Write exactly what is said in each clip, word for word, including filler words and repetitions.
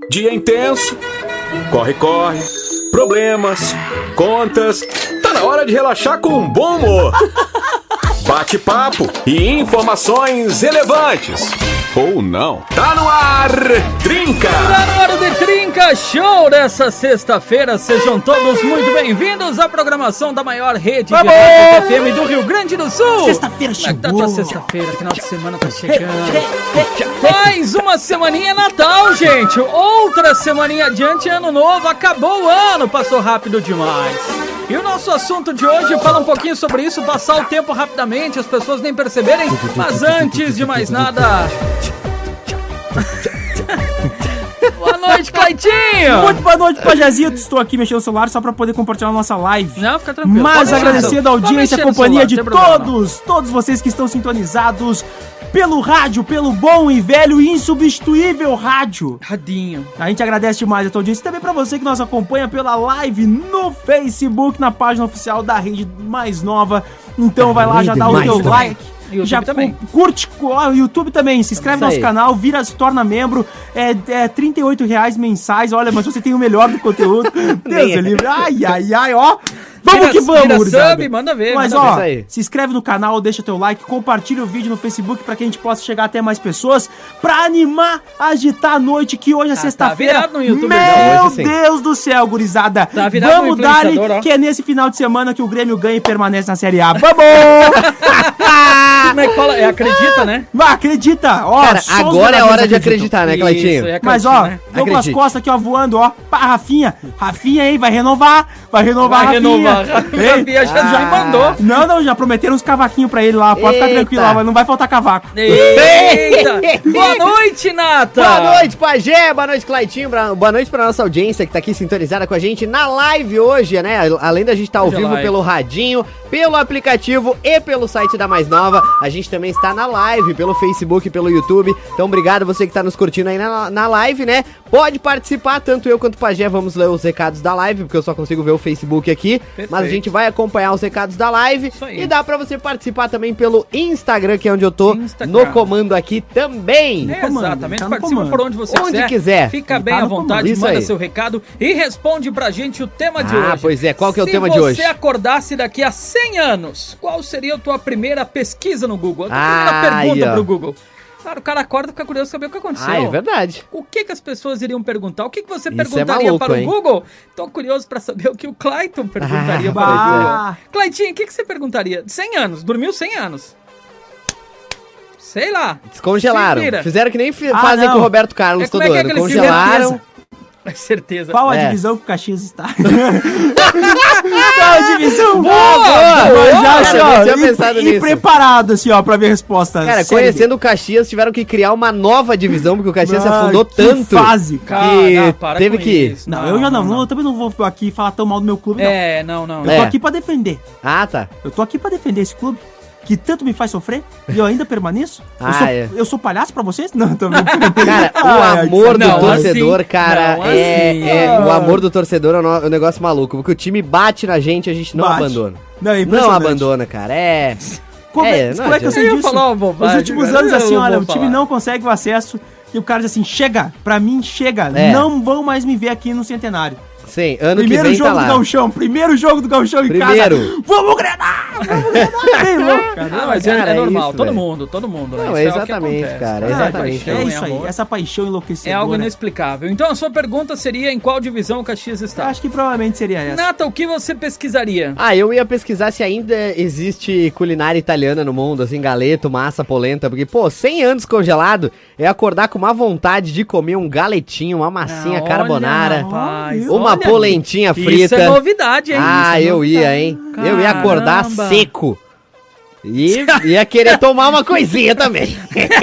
Dia intenso, corre, corre, problemas, contas. Tá na hora de relaxar com um bom humor. Bate-papo e informações relevantes. Ou não. Tá no ar, Trinca! Tá no ar do Trinca Show dessa sexta-feira. Sejam todos muito bem-vindos à programação da maior rede Vamos! de rádio F M do Rio Grande do Sul. Sexta-feira Como é que tá chegou. tua sexta-feira? Final de semana tá chegando. Mais uma semaninha Natal, gente. Outra semaninha adiante, ano novo. Acabou o ano, passou rápido demais. E o nosso assunto de hoje fala um pouquinho sobre isso, passar o tempo rapidamente, as pessoas nem perceberem. Mas antes de mais nada... Boa noite, Claitinho! Muito boa noite, Pajazito. Estou aqui mexendo no celular só pra poder compartilhar a nossa live. Não, fica tranquilo. Mas Pode agradecendo mexer, a audiência, a pode mexer companhia no de celular, não tem todos, todos vocês que estão sintonizados pelo rádio, pelo bom e velho e insubstituível rádio. Radinho. A gente agradece demais a tua audiência. E também pra você que nos acompanha pela live no Facebook, na página oficial da rede mais nova. Então vai lá, já dá o teu like. YouTube Já também. cu- curte o YouTube também, se inscreve no Isso nosso aí. canal, vira, se torna membro, é, é trinta e oito reais mensais, olha, mas você tem o melhor do conteúdo, Deus é livre, ai, ai, ai, ó, vamos Vira- que vamos, vira gurizada. sub, manda ver, Mas manda ó, ver. Isso aí. se inscreve no canal, deixa teu like, compartilha o vídeo no Facebook pra que a gente possa chegar até mais pessoas, pra animar, agitar a noite, que hoje é tá sexta-feira, virado no YouTube, meu não, hoje sim. Deus do céu, gurizada, Tá virado no vamos dar influenciador, ó. que é nesse final de semana que o Grêmio ganha e permanece na Série A, vamos! Como é que fala? É, acredita, né? Vai, acredita, ó. Cara, só os agora é verdadeiros hora de acreditam. acreditar, né, Isso, Claitinho? é Mas acredita, ó, né? tô com as Acredite. costas aqui, ó, voando, ó. Pá, Rafinha. Rafinha, hein, vai renovar. Vai renovar, Vai Rafinha. renovar. Ei, Rafinha já, já Ah. mandou. Não, não, já prometeram uns cavaquinhos pra ele lá. Pode ficar Eita. tranquilo lá, mas não vai faltar cavaco. Eita! Boa noite, Nata! Boa noite, Pajé! Boa noite, Claitinho! Bra- Boa noite pra nossa audiência que tá aqui sintonizada com a gente na live hoje, né? Além da gente estar ao Hoje é vivo live. pelo radinho, pelo aplicativo e pelo site da Mais Nova, a gente também está na live, pelo Facebook, pelo YouTube. Então, obrigado você que tá nos curtindo aí na, na live, né? Pode participar, tanto eu quanto o Pajé vamos ler os recados da live, porque eu só consigo ver o Facebook aqui. Perfeito. Mas a gente vai acompanhar os recados da live. Isso aí. E dá pra você participar também pelo Instagram, que é onde eu tô Instagram. no comando aqui também. É, comando, exatamente, tá no participa comando. por onde você Onde quiser. quiser. Fica Ele bem tá à no vontade, comando. Isso manda aí. seu recado e responde pra gente o tema de Ah, hoje. pois é, qual que é o Se tema de hoje? Se você acordasse daqui a cem anos, qual seria a tua primeira pesquisa no Google? A tua Ah, primeira pergunta aí, ó. pro Google. Cara, o cara acorda e fica curioso saber o que aconteceu. Ah, é verdade. O que que as pessoas iriam perguntar? O que que você Isso é perguntaria maluco, para o hein? Google? Tô curioso pra saber o que o Clayton perguntaria Ah, para o pois é. Google. Claytinho, o que que você perguntaria? cem anos, dormiu cem anos. Sei lá. Descongelaram. Se vira. Fizeram que nem fi- Ah, fazem não. com o Roberto Carlos É, como todo é que é ano. aquele filme? Congelaram. É certeza. Qual a É. divisão que o Caxias está? Qual a divisão? Boa, Mas boa. já, Cara, assim, eu ó, tinha e, pensado e nisso. preparado, assim, ó, pra ver a resposta. Cara, séria. conhecendo o Caxias, tiveram que criar uma nova divisão, porque o Caxias se Ah, afundou que tanto fase. Cara, que não, para teve com que... isso. Não, eu já não, não, eu também não vou aqui falar tão mal do meu clube, não. É, não, não. Eu É. tô aqui pra defender. Ah, tá. Eu tô aqui pra defender esse clube que tanto me faz sofrer e eu ainda permaneço. eu, Ah, sou, é. eu sou palhaço pra vocês? Não, tô brincando. Cara, o Ai, amor do não, torcedor, assim, cara, não, é, assim. é- O amor do torcedor é um no- um negócio maluco, porque o time bate na gente, a gente não Bate. abandona. Não, é Não impressionante. abandona, cara. É... Como é, É, não como é que eu adianta. sei Eu ia disso? falar uma bobagem, Nos últimos cara. anos, Eu assim, não olha, vou o time falar. não consegue o acesso e o cara diz assim, chega, pra mim chega, É. não vão mais me ver aqui no Centenário. Sim, ano Primeiro que vem jogo tá do lá. Gauchão, primeiro jogo do Gauchão em Primeiro. casa. Vamos grenar! Vamos grenar! Bem louco, cara. Ah, mas é, cara, é é normal, isso, todo velho. mundo, todo mundo, né? Não, Isso é o que exatamente, acontece. cara, Ah, exatamente. paixão É e isso aí, amor. essa paixão É enlouquecedora. algo inexplicável. Então a sua pergunta seria em qual divisão o Caxias Eu está? acho que provavelmente seria essa. Nata, o que você pesquisaria? Ah, eu ia pesquisar se ainda existe culinária italiana no mundo, assim, galeto, massa, polenta, porque, pô, cem anos congelado é acordar com uma vontade de comer um galetinho, uma massinha Ah, carbonara, olha, rapaz, uma olha, polentinha frita. Isso é novidade, hein? Ah, Isso é eu novidade. ia, hein? Eu ia acordar Caramba. seco. E ia querer tomar uma coisinha também.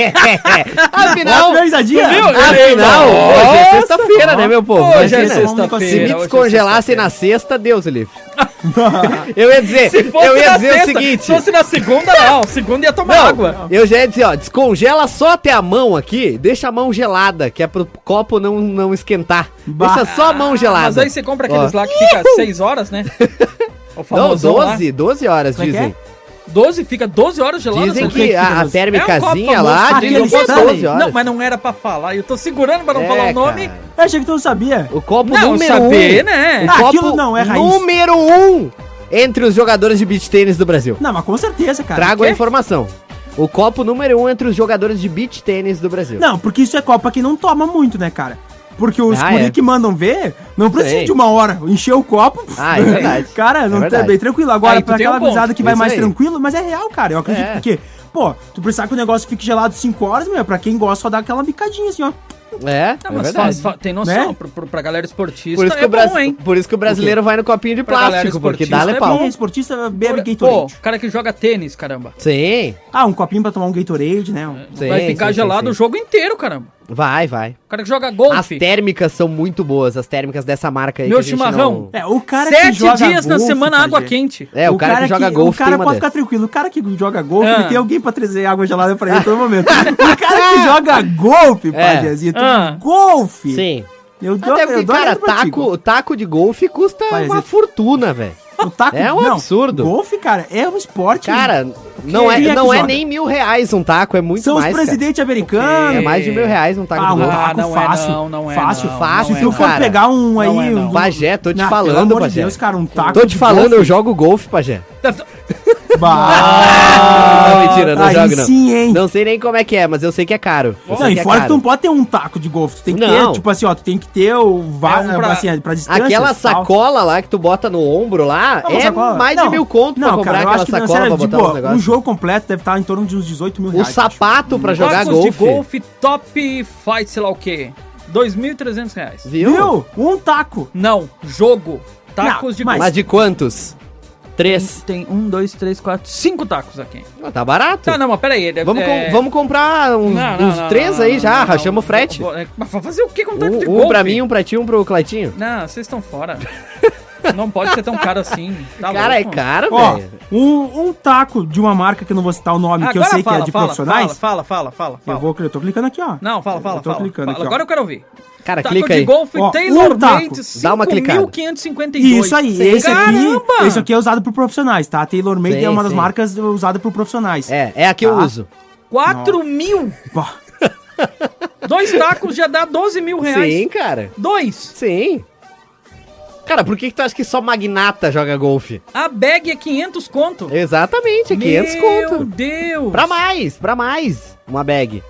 Afinal, Bota minha risadinha. viu? afinal, Nossa. hoje é sexta-feira, né, meu povo? Hoje é Imagina. sexta-feira. Se me hoje é descongelasse sexta-feira. na sexta, Deus livre. Eu ia dizer, Se fosse eu ia na dizer sexta, o seguinte. Se fosse na segunda, não. Segunda ia tomar Não, água. eu já ia dizer, ó, descongela só até a mão aqui, deixa a mão gelada, que é pro copo não, não esquentar. Bah. Deixa só a mão gelada. Mas aí você compra aqueles Ó. lá que fica seis horas, né? O Não, famosão lá. doze, doze horas, Como é que dizem. doze, fica doze horas gelado. Dizem sabe? que a, a térmicazinha lá, famoso, dizem aquele que é Stanley. doze horas. Não, mas não era pra falar. Eu tô segurando pra não É, falar o nome. cara. Eu achei que tu não sabia. O copo Não, número saber, um. né? O Ah, copo aquilo não é raiz. número um entre os jogadores de beach tênis do Brasil. Não, mas com certeza, cara. Trago Que? a informação. O copo número um entre os jogadores de beach tênis do Brasil. Não, porque isso é copa que não toma muito, né, cara? Porque os Ah, guri é. que mandam ver, não precisa Sei. de uma hora. Encher o copo. Ah, é verdade. Cara, não É tá verdade. bem tranquilo. Agora, Aí tu pra tem aquela um ponto. gurizada que vai Isso mais aí. tranquilo, mas é real, cara. Eu acredito, É. porque, pô, tu precisar que o negócio fique gelado cinco horas, meu, pra quem gosta, só dá aquela bicadinha assim, ó. É, Não, é mas verdade. faz, fa- tem noção, Né? pra, pra, pra galera esportista Por isso, que é o Bras- bom, hein? por isso que o brasileiro vai no copinho de Pra galera plástico, porque esportista dá é lepau. bom. Esportista bebe Pô, Gatorade. cara que joga tênis, caramba. Sim, Ah, um copinho pra tomar um Gatorade, né? Um- Sim, Vai ficar sim, gelado sim, o sim. jogo inteiro, caramba. vai, vai. O cara que joga As golfe. térmicas são muito boas, as térmicas dessa marca aí. Meu que a gente chimarrão. É, o cara que Sete joga dias na golfe, semana, Pajé. água quente. É, o, cara, que joga golfe O cara tem uma pode ficar dessas. tranquilo. O cara que joga golfe, Ah. ele tem alguém pra trazer água gelada pra ele a todo momento. O cara que joga golfe, É. Pajézito. Ah. Golfe. Sim. Eu dou, Até eu porque, dou cara, exemplo pra ti, taco, taco de golfe custa Vai, uma Zé. fortuna, velho. O taco, É um não, absurdo. Golfe, cara, é um esporte. Cara, não Quem é, é não que é joga? nem mil reais um taco, é muito são mais, os cara. presidentes americanos. É mais de mil reais um taco Ah, de um golfe. taco não é fácil. não, não é fácil, não, fácil. não Se é tu for não. pegar um aí... Não é não. um- Pajé, tô te Não, falando, pelo amor de Pajé. Deus, cara, um taco Tô te de falando, golfe. eu jogo golfe, Pajé. Bah. não, mentira, não aí jogo não. sim, hein. Não sei nem como é que é, mas eu sei que é caro. Eu Não, sei e que é fora que tu caro. não pode ter um taco de golfe. Tu tem que Não. ter, tipo assim, ó, tu tem que ter o... Va É um pra- assim, pra distância. Aquela sacola lá que tu bota no ombro lá, é mais de mil conto pra comprar eu aquela acho que, não, sacola sério, pra de botar boa, os negócios. um jogo completo deve estar em torno de uns dezoito mil O reais. sapato pra jogar Tacos de golfe. golfe top fight, sei lá o quê. dois mil e trezentos reais. Viu? Viu? Um taco. Não, jogo. Tacos Não, de mas- golfe. Mas de quantos? Três. Tem um, dois, três, quatro, cinco tacos aqui. Ah, tá barato. Tá, não, mas peraí. Deve, Vamos, é... com- vamos comprar uns, Não, não, uns não, três não, aí não, já, não, rachamos o não. frete. Vou- é, Mas vai fazer o que com taco de Um, golfe? um pra mim, um pra ti, um pro Claitinho. Não, vocês estão fora. Não pode ser tão caro assim. Tá Cara, é louco. caro, Ó, velho. um, um taco de uma marca que eu não vou citar o nome, que eu Agora sei que é fala, de fala, profissionais. Fala, fala, fala, fala. Eu, vou, eu tô clicando aqui, ó. Não, fala, fala, Eu tô fala. clicando Fala. aqui, ó. Agora eu quero ouvir. Cara, Taco clica de aí. golfe Ó, Taylor um taco. Made Dá uma clicada. cinco mil quinhentos e cinquenta e dois. Isso aí, Sim. esse aqui, Caramba! esse aqui é usado por profissionais, tá? Taylor Made Sim, é uma das sim. marcas usadas por profissionais. É, é a que eu Tá. uso. quatro mil. Bah. Dois tacos já dá doze mil reais. Sim, cara. Dois. Sim. Cara, por que, que tu acha que só magnata joga golfe? A bag é quinhentos conto. Exatamente, é quinhentos Meu conto. Deus. Pra mais, pra mais. Uma bag.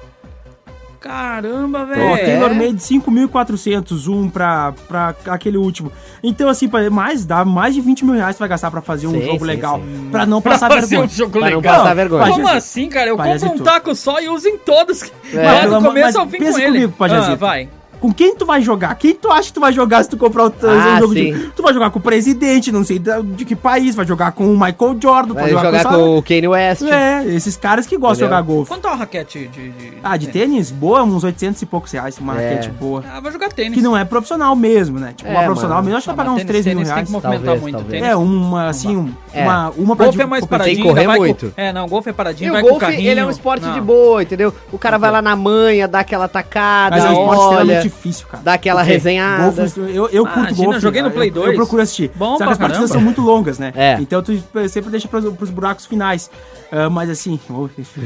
Caramba, Ó, velho. É. Taylor Made cinco mil e quatrocentos, um pra, pra aquele último. Então, assim, pra mais, dá mais de vinte mil reais tu vai gastar pra fazer um Sim, jogo sim, legal. sim. Pra não Pra passar fazer vergonha. um jogo Pra não legal. passar vergonha. Como Pajazito. assim, cara? Eu compro um Pajazito. taco só e uso em todos. É. Vai Pelo do amor- começo mas ao fim pensa com ele. comigo, Pajazito. Ah, vai. Com quem tu vai jogar? Quem tu acha que tu vai jogar se tu comprar o t- Ah, um jogo sim. de... Tu vai jogar com o presidente, não sei da- de que país, vai jogar com o Michael Jordan, Vai vai jogar essa- com o Kanye West. É, esses caras que gostam de Entendeu? jogar golfe. Quanto é uma raquete de... de- Ah, de tênis? Boa, uns oitocentos e poucos reais, uma É. raquete boa. Ah, vai jogar tênis. Que não é profissional mesmo, né? Tipo, É, uma profissional mano. mesmo, acho que Não, vai pagar mas uns tênis- três mil tênis reais. tem que movimentar Talvez, muito. talvez. Tênis. É, uma, assim, um, É. uma, uma Golfe de- é mais competir. paradinho. Tem que correr ainda vai com- muito. É, não, golfe é paradinho, E o vai com golfe, carrinho. ele é um esporte Não. de boa, entendeu? O cara vai lá na manha, dá aquela tacada, Mas é um esporte olha, extremamente difícil, cara. dá aquela Porque resenhada. golfe, eu, eu curto Imagina, golfe. joguei no eu- Play eu, dois. Eu procuro assistir. Bom Só pra que as partidas caramba. são muito longas, né? É. Então tu sempre deixa pros, pros buracos finais. Ah, mas assim... oh,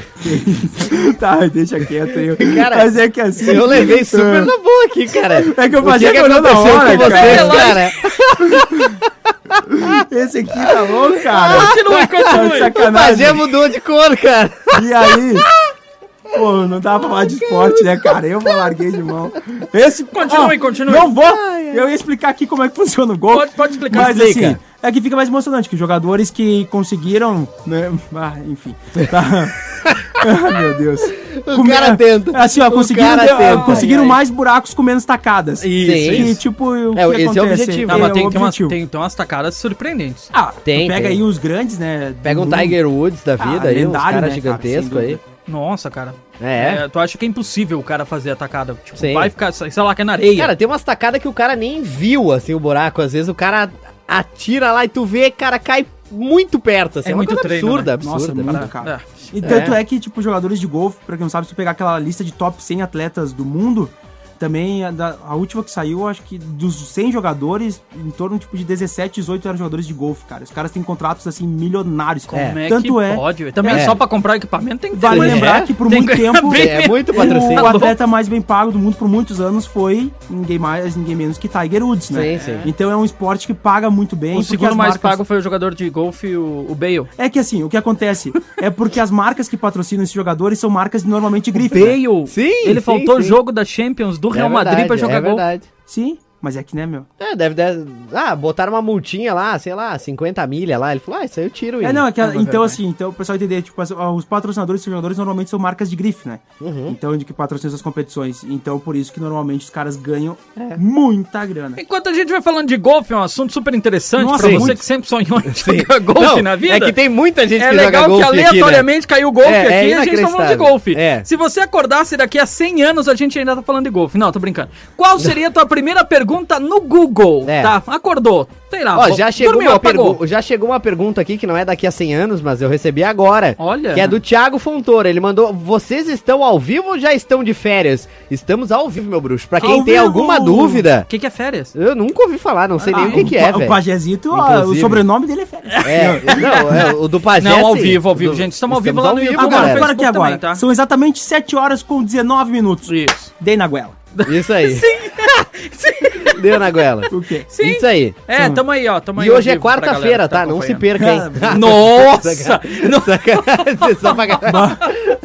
tá, deixa quieto aí. Cara, mas é que assim... Eu levei super na boa aqui, cara. É que eu O que, fazia que que olhando a aconteceu hora, com vocês, cara. cara? Esse aqui tá louco, cara. Continue, Tá continue. de O sacanagem. Pajé mudou de cor, cara. E aí... Pô, não dá pra falar de esporte, né, cara? Eu vou larguei de mão. Esse... Continue, ó, continue. Não vou... Eu ia explicar aqui como é que funciona o golfe. Pode, pode explicar. Mas Explica. assim, é que fica mais emocionante, que os jogadores que conseguiram, né? Ah, enfim. Tá. Ah, meu Deus. O cara tenta. Assim, ó, O conseguiram, cara de- tenta. conseguiram Ai, ai. mais buracos com menos tacadas. Isso, Que, isso. tipo, o É, que esse é o acontece? objetivo. Não, É mas tem, o tem, umas, objetivo. tem, tem umas tacadas surpreendentes. Ah, Tem, tu pega tem. aí os grandes, né? Pega um do mundo. Tiger Woods da vida Ah, aí, uns lendário, caras né, cara, gigantescos sem aí. dúvida. Nossa, cara. É. Tu acha que é impossível o cara fazer a tacada? Tipo, Sim. vai ficar, sei lá, que é na areia. Cara, tem umas tacadas que o cara nem viu, assim, o buraco. Às vezes o cara atira lá e tu vê, cara, cai muito perto, assim. É É, uma muito coisa treino, absurda, né? absurda. Nossa, muito, Para- cara. É. E tanto é. que, tipo, jogadores de golfe, pra quem não sabe, se tu pegar aquela lista de top cem atletas do mundo, também a, da, a última que saiu, acho que dos cem jogadores, em torno tipo, de dezessete, dezoito eram jogadores de golfe, cara. Os caras têm contratos, assim, milionários. Como é, Tanto que é, pode? Também é. só pra comprar equipamento tem que Vale ter. lembrar É. que por Tem muito que tempo... bem- É muito patrocínio. O atleta mais bem pago do mundo por muitos anos foi ninguém mais, ninguém menos que Tiger Woods, né? Sim, sim. Então é um esporte que paga muito bem. O porque segundo as mais marcas- pago foi o jogador de golfe, o, o Bale. É que assim, o que acontece é porque as marcas que patrocinam esses jogadores são marcas de normalmente grife. né? Bale, Sim, ele sim, faltou o sim. jogo da Champions do Real É Madrid verdade, pra jogar é golfe. verdade. Sim, mas é que né, meu? É, deve, deve... Ah, botaram uma multinha lá, sei lá, cinquenta milha lá. Ele falou, ah, isso aí eu tiro. É, não, é que, É então verdade. assim, então o pessoal entender, tipo, as- os patrocinadores dos jogadores normalmente são marcas de grife, né? Uhum. Então, de que patrocinam as competições. Então, por isso que normalmente os caras ganham É. muita grana. Enquanto a gente vai falando de golfe, é um assunto super interessante Nossa, pra você muito. que sempre sonhou em jogar golfe Não, na vida. É que tem muita gente É que joga legal que golfe aqui, né? aleatoriamente caiu o golfe É, é aqui e a gente tá falando de inacreditável. golfe. É. Se você acordasse daqui a cem anos, a gente ainda tá falando de golfe. Não, tô brincando. Qual seria a tua primeira pergunta no Google? É. Tá, acordou. Sei lá. Ó, vo- já chegou, dormiu, uma apagou. pergu- já chegou uma pergunta aqui que não é daqui a cem anos, mas eu recebi agora. Olha. Que é do Thiago Fontoura. Ele mandou: vocês estão ao vivo ou já estão de férias? Estamos ao vivo, meu bruxo. Pra quem Ao tem vivo! alguma dúvida, O que, que é férias? eu nunca ouvi falar, não sei nem Ah, o que, que é, o velho. Pajezito, ó, o Inclusive. sobrenome dele é Férias. É, não, é, o do Pajé. Não, ao sim. vivo, ao vivo, Do- gente. Estamos ao vivo lá no YouTube, Agora, no agora Facebook aqui agora. também, tá? São exatamente sete horas com dezenove minutos. Isso. Dei na goela. Isso aí. Deu na goela. O quê? Sim. Isso aí. É, tamo aí, ó. Tamo aí E ao hoje é vivo pra quarta-feira, galera que tá? Não se acompanhando. perca, hein? Nossa! Não- Sacanagem, só pra caralho.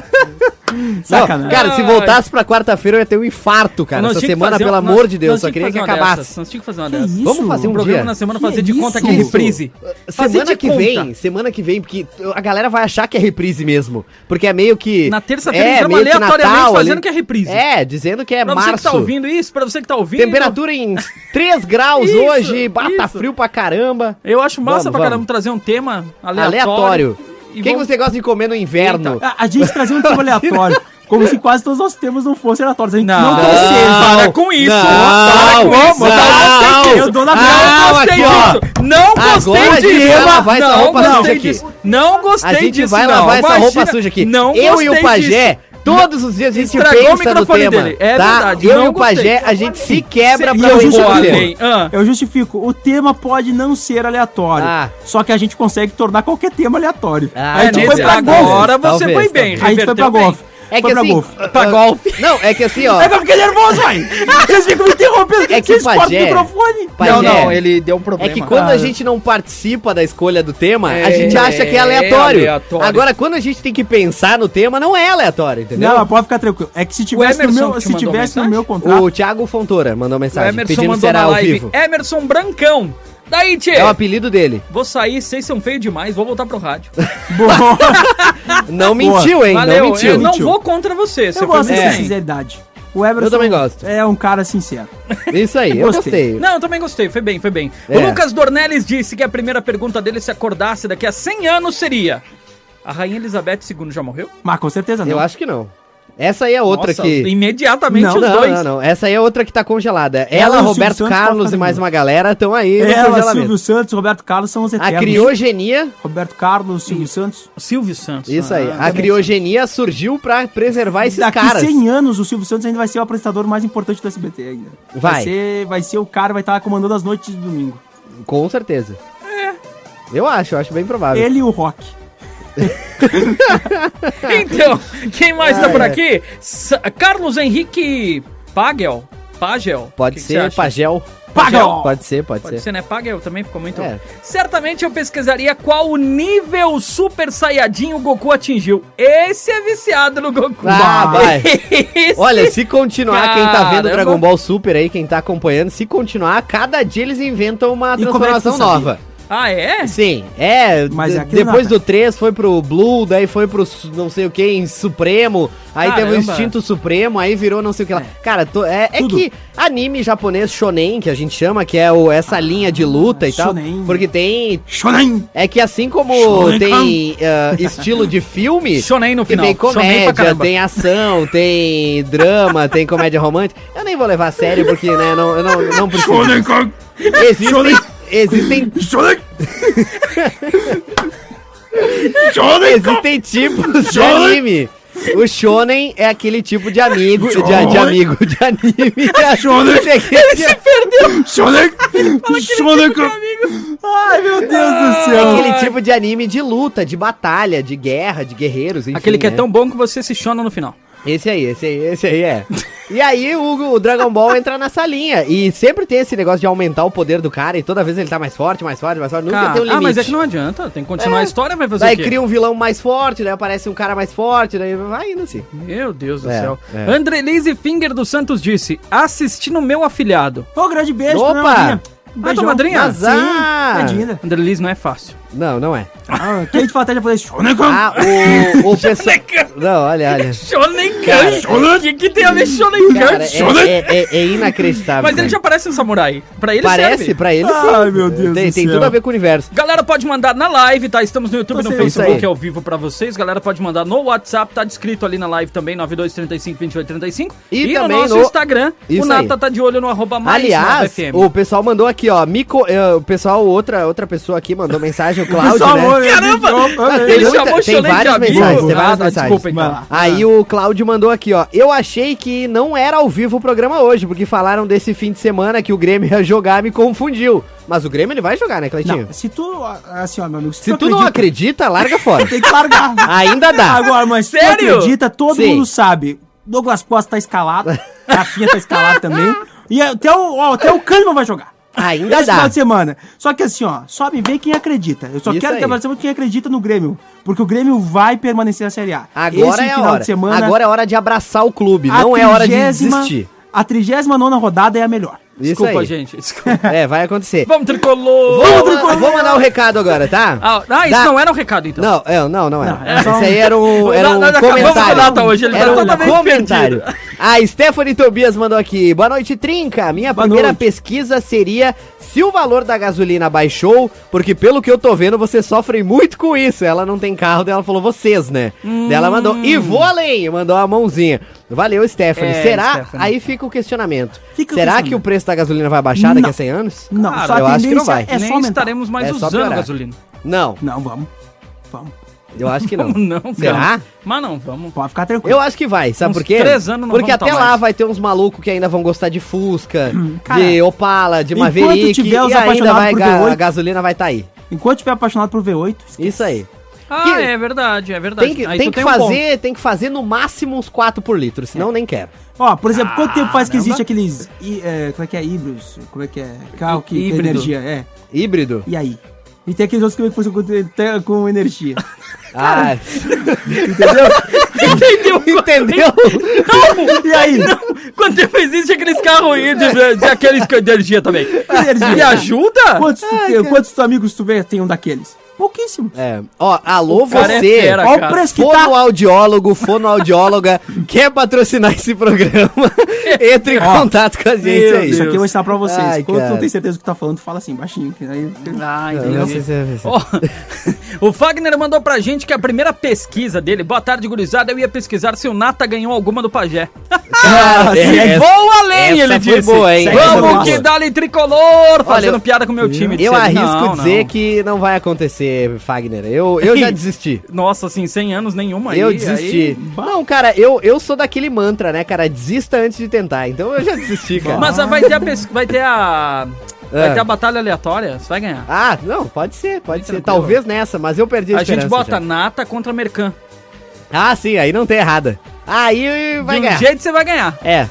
Não, Sacanagem. cara, se voltasse pra quarta-feira eu ia ter um infarto, cara. Nós Essa tinha que semana, fazer pelo um- amor nós- de Deus, nós só tinha queria que fazer uma acabasse. dessas, Nós tínhamos que fazer uma Que dessas. isso? Vamos fazer um Um programa dia. na semana Que fazer de conta isso? que é reprise. Fazer Semana de que conta. vem, semana que vem, porque a galera vai achar que é reprise mesmo. Porque é meio que. Na terça-feira é, entramos meio que aleatoriamente Natal fazendo ali. que é reprise. É, dizendo que é Pra você março. que tá ouvindo isso, pra você que tá ouvindo... Temperatura em três graus Isso, hoje, bata isso. frio pra caramba. Eu acho massa Vamos, pra caramba vamos. trazer um tema aleatório. Aleatório. E O que, que vamos- você gosta de comer no inverno? A, a gente trazia um tema aleatório. Como se quase todos os nossos temas não fossem aleatórios. A gente Não, não, não, trouxe. para com isso. Não, para com não, isso. não, Não gostei disso. eu dou na Não Não, gostei aqui, ó. disso. Não gostei Agora a gente disso. vai lavar essa Não roupa gostei suja aqui. disso. Não gostei A gente disso, vai não. lavar essa roupa Imagina. suja aqui. Não eu gostei e o Pajé, disso. todos os dias a gente Estragou o pensa no microfone tema. dele. É tá? verdade, Eu não e o Pajé, gostei. a gente se quebra E pra eu eu compor vou o além. tema. Ah. Eu justifico. O tema pode não ser aleatório. Ah. Só que a gente consegue tornar qualquer tema aleatório. Ah, a É, gente nesse- foi pra golfe. agora você Talvez, foi bem. A gente foi pra reverteu bem. golfe. É que foi pra assim, golfe. Pra golfe. Não, é que assim, ó. É que eu fiquei nervoso, vai. Vocês ficam me interrompendo. É que Vocês o Pajé- cortam o microfone. Pajé, Não, não, ele deu um É problema. que quando a cara. gente não participa da escolha do tema, a É, gente acha que é aleatório. é aleatório. Agora, quando a gente tem que pensar no tema, não é aleatório, entendeu? Não, mas pode ficar tranquilo. É que se tivesse no Emerson meu, te se mandou tivesse no mensagem? meu contrato. O Thiago Fontoura mandou O mensagem Emerson pedindo se mandou era na ao live. vivo. Emerson Brancão. Daí, tchê. É o apelido dele. Vou sair, vocês são feios demais, vou voltar pro rádio. Boa. Não mentiu, hein? Valeu, não mentiu. eu não mentiu. vou contra você. Você Eu foi gosto muito dessa bem. sinceridade. O Emerson Eu também gosto. é um cara sincero. Isso aí, eu Gostei. gostei. Não, eu também gostei, foi bem, foi bem. É. O Lucas Dornelles disse que a primeira pergunta dele, se acordasse daqui a cem anos, seria: a Rainha Elizabeth segunda já morreu? Mas com certeza não. Eu acho que não. Essa aí é outra Nossa, que... imediatamente Não, os Não, dois. não, não. Essa aí é outra que tá congelada. Ela Ela, e o Roberto Silvio Santos Carlos podem e mais fazer. uma galera estão aí no Ela, congelamento. Silvio Santos, Roberto Carlos são os A eternos. criogenia, Roberto Carlos, Silvio Santos. Silvio Santos. isso aí, Ah, a criogenia surgiu pra preservar esses Daqui caras. cem anos, o Silvio Santos ainda vai ser o apresentador mais importante do S B T ainda. Vai. ser, vai ser o cara, vai estar comandando as noites de domingo. Com certeza. Eu acho, eu acho bem provável. Ele e o Rock. Então, quem mais Ah, tá por é. aqui? S- Carlos Henrique Pagel. Pagel. Pode O que que você ser acha? Pagel. Pagel! Pode ser, pode, Pode ser. ser, né? Pagel também ficou muito. É. Certamente eu pesquisaria qual o nível Super Saiyajin o Goku atingiu. Esse é viciado no Goku. Ah, vai. Esse- Olha, se continuar, quem tá vendo Caramba. Dragon Ball Super aí, quem tá acompanhando, se continuar, cada dia eles inventam uma E como é que tu transformação sabia? nova. Ah, é? Sim, é. Mas d- é aquilo depois lá, do três foi pro Blue, daí foi pro su- não sei o que, em Supremo, aí teve o Caramba. Instinto Supremo, aí virou não sei o que lá. Cara, tô- é, é Tudo. que anime japonês shonen, que a gente chama, que é o, essa linha de luta e tal, shonen. porque tem... Shonen! É que assim como Shonen tem ah, estilo de filme... Shonen no que final. tem Shonen pra comédia, caramba. tem ação, tem drama, tem comédia romântica. Eu nem vou levar a sério porque, né, não, eu não, não preciso. Existem, existem, Shonen! existem tipos de anime. O shonen é aquele tipo de amigo, de, de amigo, de anime. Shonen. Ele se perdeu. Shonen. Shonen. Ai, meu Deus do céu. É aquele tipo de anime de luta, de batalha, de guerra, de guerreiros, enfim. Aquele que né? é tão bom que você se chona no final. Esse aí, esse aí, esse aí é. E aí o, o Dragon Ball entra nessa linha. E sempre tem esse negócio de aumentar o poder do cara. E toda vez ele tá mais forte, mais forte, mais forte. Nunca Cara, tem um limite. ah, mas é que não adianta. Tem que continuar É. a história, vai fazer Daí o quê? cria um vilão mais forte, daí aparece um cara mais forte, daí vai indo assim. Meu Deus do É, céu. é. Andrelise Finger dos Santos disse, assisti no meu afilhado. Ô, grande beijo Opa! pra minha madrinha. Um Ah, beijão. tua madrinha? Azar! Sim, tadinha. Andrelise não é fácil. Não, não é. Ah, quem te fala até japonês? Shonen. Ah, o, o pessoal... Não, olha, olha. Shonenkan. O que, que tem a ver Shonenkan? Cara, é, é, é, é inacreditável. Mas ele cara. já parece um samurai. Pra ele Parece, serve. pra ele sim. Ai, meu Deus Tem, do tem céu. tudo a ver com o universo. Galera, pode mandar na live, tá? Estamos no YouTube e Tô no sem- Facebook isso aí. ao vivo pra vocês. Galera, pode mandar no WhatsApp, tá descrito ali na live também, nove dois três cinco, dois oito três cinco. E E, também no nosso no- Instagram, Isso o Nata tá de olho no arroba mais nova Aliás, F M. o pessoal mandou aqui, ó. Mico, eh, o pessoal, outra, outra pessoa aqui mandou mensagem, o Cláudio, Pessoal, né? olha, Caramba! olha, Tem Ele muita- chamou tem Shonen de várias amigo. mensagens, tem Ah, várias tá, mensagens. desculpa, então. Vai lá. Aí o Cláudio mandou aqui, ó. Eu achei que não era ao vivo o programa hoje, porque falaram desse fim de semana que o Grêmio ia jogar, me confundiu. Mas o Grêmio ele vai jogar, né, Cleitinho? Não, se tu, assim, ó, meu amigo, Se tu não acredita, larga fora. tem que largar. Ainda dá. Agora, mas se tu Sério? acredita, todo Sim. mundo sabe. Douglas Costa tá escalado, Rafinha tá escalado também. E até o, ó, até o Kahneman vai jogar. Ainda Esse dá. final de semana. Só que assim, ó, só me vê quem acredita. Eu só Isso quero aí. que apareça quem acredita no Grêmio. Porque o Grêmio vai permanecer na Série A. Agora é a hora. Agora é hora de abraçar o clube, a não é hora de trigésima desistir. A trigésima nona rodada é a melhor. Isso Desculpa, aí. gente. Desculpa. É, vai acontecer. Vamos, tricolor! Vou, vou mandar o recado agora, tá? Ah, ah, isso Dá- não era um recado, então. Não, é, não, não é. Não, é só Esse um- aí era um, era um Nós acabamos com o comentário. Nata hoje, ele tá era um totalmente comentário. perdido. A Stephanie Tobias mandou aqui. Boa noite, Trinca. Minha Boa primeira noite. pesquisa seria se o valor da gasolina baixou, porque pelo que eu tô vendo, vocês sofrem muito com isso. Ela não tem carro, daí ela falou vocês, né? Hum. Daí ela mandou, e vou além, mandou uma mãozinha. Valeu, Stephanie. É, Será? Stephanie. Aí fica o questionamento. Fica o Será questionamento. que o preço da gasolina vai baixar daqui Não. a cem anos? Não, Cara, só a eu acho que não tendência vai. é Nem só aumentar. estaremos mais É só usando piorar. gasolina. Não, Não, vamos. Vamos. eu acho que não. Vamos não, Será? cara. Mas não, vamos. Pode ficar tranquilo. Eu acho que vai, sabe Uns por quê? três anos não Porque vamos até tá lá mais. vai ter uns malucos que ainda vão gostar de Fusca, Cara, de Opala, de enquanto Maverick, tiver os e ainda apaixonados vai por ga- V oito, a gasolina vai estar aí. Enquanto tiver apaixonado por V oito, Isso aí. Ah, Que- é verdade, é verdade. Tem que, Aí tem tu que um ponto. fazer, tem que fazer no máximo uns quatro por litro, senão nem quero. ó, por exemplo, quanto tempo faz que Caramba. existe aqueles. i- é, como é que é? Híbridos? Como é que é? Carro que tem Híbrido. energia. É. Híbrido. E aí? E tem aqueles outros que funcionam com, com energia. Ah, Entendeu? Entendeu? entendeu? E aí? Quanto tempo existe aqueles carros aí de, de, de aqueles com energia também? Energia. Me ajuda? Quantos, tu tem- quantos amigos tu vê tem um daqueles? Pouquíssimos. É. Ó, alô cara é você, fera, Olha cara. o preço que tá. fonoaudiólogo, fonoaudióloga, quer patrocinar esse programa, entre em Ó, contato com a gente meu aí. Isso aqui eu vou ensinar pra vocês. Ai, Quando tu cara. não tem certeza do que tá falando, tu fala assim, baixinho. Que aí... Ah, Eu entendi. não sei se é- Ó, o Fagner mandou pra gente que a primeira pesquisa dele, boa tarde, gurizada, eu ia pesquisar se o Nata ganhou alguma do Pajé. Ah, é- sim, é- Vou além, essa ele foi disse. boa, hein? Essa foi Vamos boa. que dá-lhe tricolor, fazendo eu- piada com o meu time. Eu disse ele. arrisco Não, dizer não. que não vai acontecer, Fagner. Eu, eu já desisti. Nossa, assim, cem anos nenhuma aí. Eu desisti. Não, cara, eu, eu sou daquele mantra, né, cara? Desista antes de tentar. Então eu já desisti, cara. Mas ah, vai ter a pes... vai ter a vai É. ter a batalha aleatória, você vai ganhar. Ah, não, pode ser, pode ser. Tranquilo. Talvez nessa, mas eu perdi a, A gente esperança bota já. Nata contra Mercan. Ah, sim, aí não tem errada. Aí vai De um ganhar. jeito você vai ganhar. É.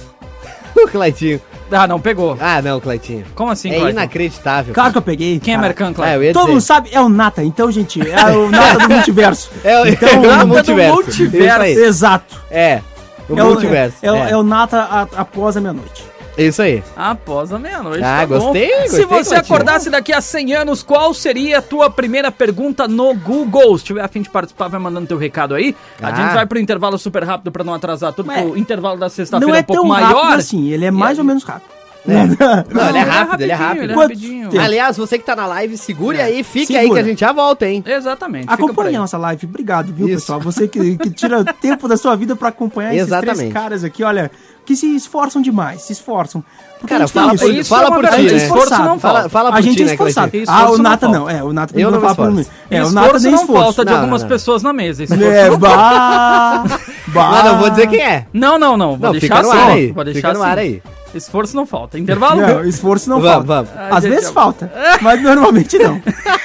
O Claitinho. Ah, não, pegou. Ah, não, Claitinho. Como assim, É Clayton? inacreditável. Claro que eu peguei. Quem é cara. Mercan, Ah, eu Clayton? ia Todo dizer. mundo sabe, é o Nata. Então, gente, é o Nata do multiverso. É o, Então, é o Nata do multiverso. multiverso. Isso aí. Exato. É. O é multiverso. O, é, o- é. é o Nata a- após a meia-noite. Isso aí. Após a meia-noite. Ah, tá bom. gostei, Se gostei, você Claytinho. acordasse daqui a cem anos, qual seria a tua primeira pergunta no Google? Se tiver a fim de participar, vai mandando teu recado aí. A Ah. gente vai pro intervalo super rápido pra não atrasar tudo, Mas pro intervalo da sexta-feira Não é um pouco tão maior. rápido assim, ele é mais aí- ou menos rápido. Não, ele é rápido, ele é rápido. Ele é Quanto rapidinho. tempo? Aliás, você que tá na live, segure É. aí, fique Segura. aí que a gente já volta, hein? Exatamente. fica por Acompanhe aí. a nossa live. Obrigado, viu, Isso. pessoal? Você que, que tira tempo da sua vida pra acompanhar esses Exatamente. três caras aqui, olha, que se esforçam demais, se esforçam. Porque Cara, a gente tem fala isso. por, isso fala é uma por verdade, ti, né? esforço não Fala, falta. fala por A gente ti, é né, esforçado. Cleitinho? Ah, o Esforço não Nata falta. não. É, o Nata Eu não me fala por mim. esforço. É, o esforço Nata nem não esforço. falta de Não, algumas não, não. pessoas na mesa. Esforço É, não bah, bah. Mas não vou dizer quem é. Não, não, não. Vou Não, deixar fica no assim. ar aí. Vou deixar Fica no ar assim. aí. Esforço não falta. Intervalo? Não, esforço não Vamos, falta. vamos. Às Ah, vezes gente, falta, mas normalmente não.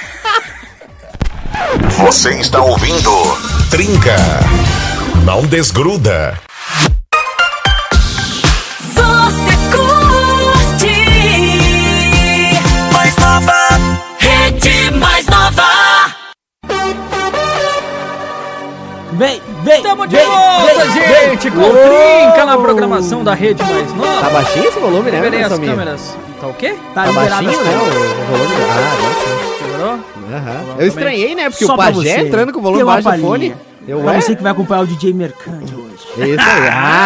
Você está ouvindo Trinca. Não desgruda. Você curte Mais Nova, Rede Mais Nova. Vem, vem, Tamo de vem, volta, vem, gente! vem. Com Trinca na programação da Rede Mais Nova. Tá baixinho esse volume, né, Liberei as Samir? câmeras. Tá o quê? Tá Tá liberado baixinho, as né, câmeras. o, o volume? Ah, agora sim. Segurou? Aham. Eu estranhei, né, porque Só o pra Pajé você. entrando com o volume Tem uma baixo do palhinha. fone. Eu, Pra ué? você que vai acompanhar o D J Mercante hoje. É isso aí.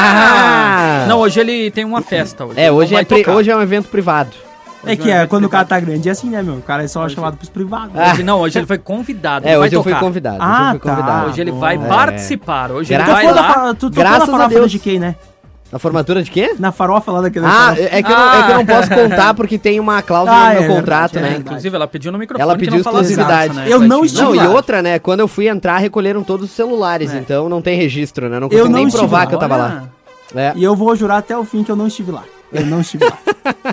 Ah! Não, hoje ele tem uma festa. Hoje É, ele não hoje vai é, pri- tocar. hoje é um evento privado. É que é, quando o cara tá grande é assim, né, meu? O cara é só chamado pros privados. Ah. Hoje, não, hoje ele foi convidado. É, ele vai hoje eu fui tocar. convidado. hoje Ah, eu fui tá. convidado. Hoje ele Bom. vai É. participar. Hoje ele Graças vai Tu tocou lá. na fa- tu tocou Graças na a farofa Deus. do D K, né? A formatura de quê? Na farofa lá daquele. Ah, farofa. é que, eu não, é que eu não posso contar porque tem uma cláusula Ah, no meu é contrato, verdade, é né? verdade. Inclusive, ela pediu no microfone Ela que pediu não falasse exclusividade. nada, né? Eu não Cleitinho? estive Não, e lá. outra, né? Quando eu fui entrar, recolheram todos os celulares, É. então não tem registro, né? Não Eu consigo não nem estive provar lá. que eu tava lá. Olha. É. E eu vou jurar até o fim que eu não estive lá. Eu não estive lá.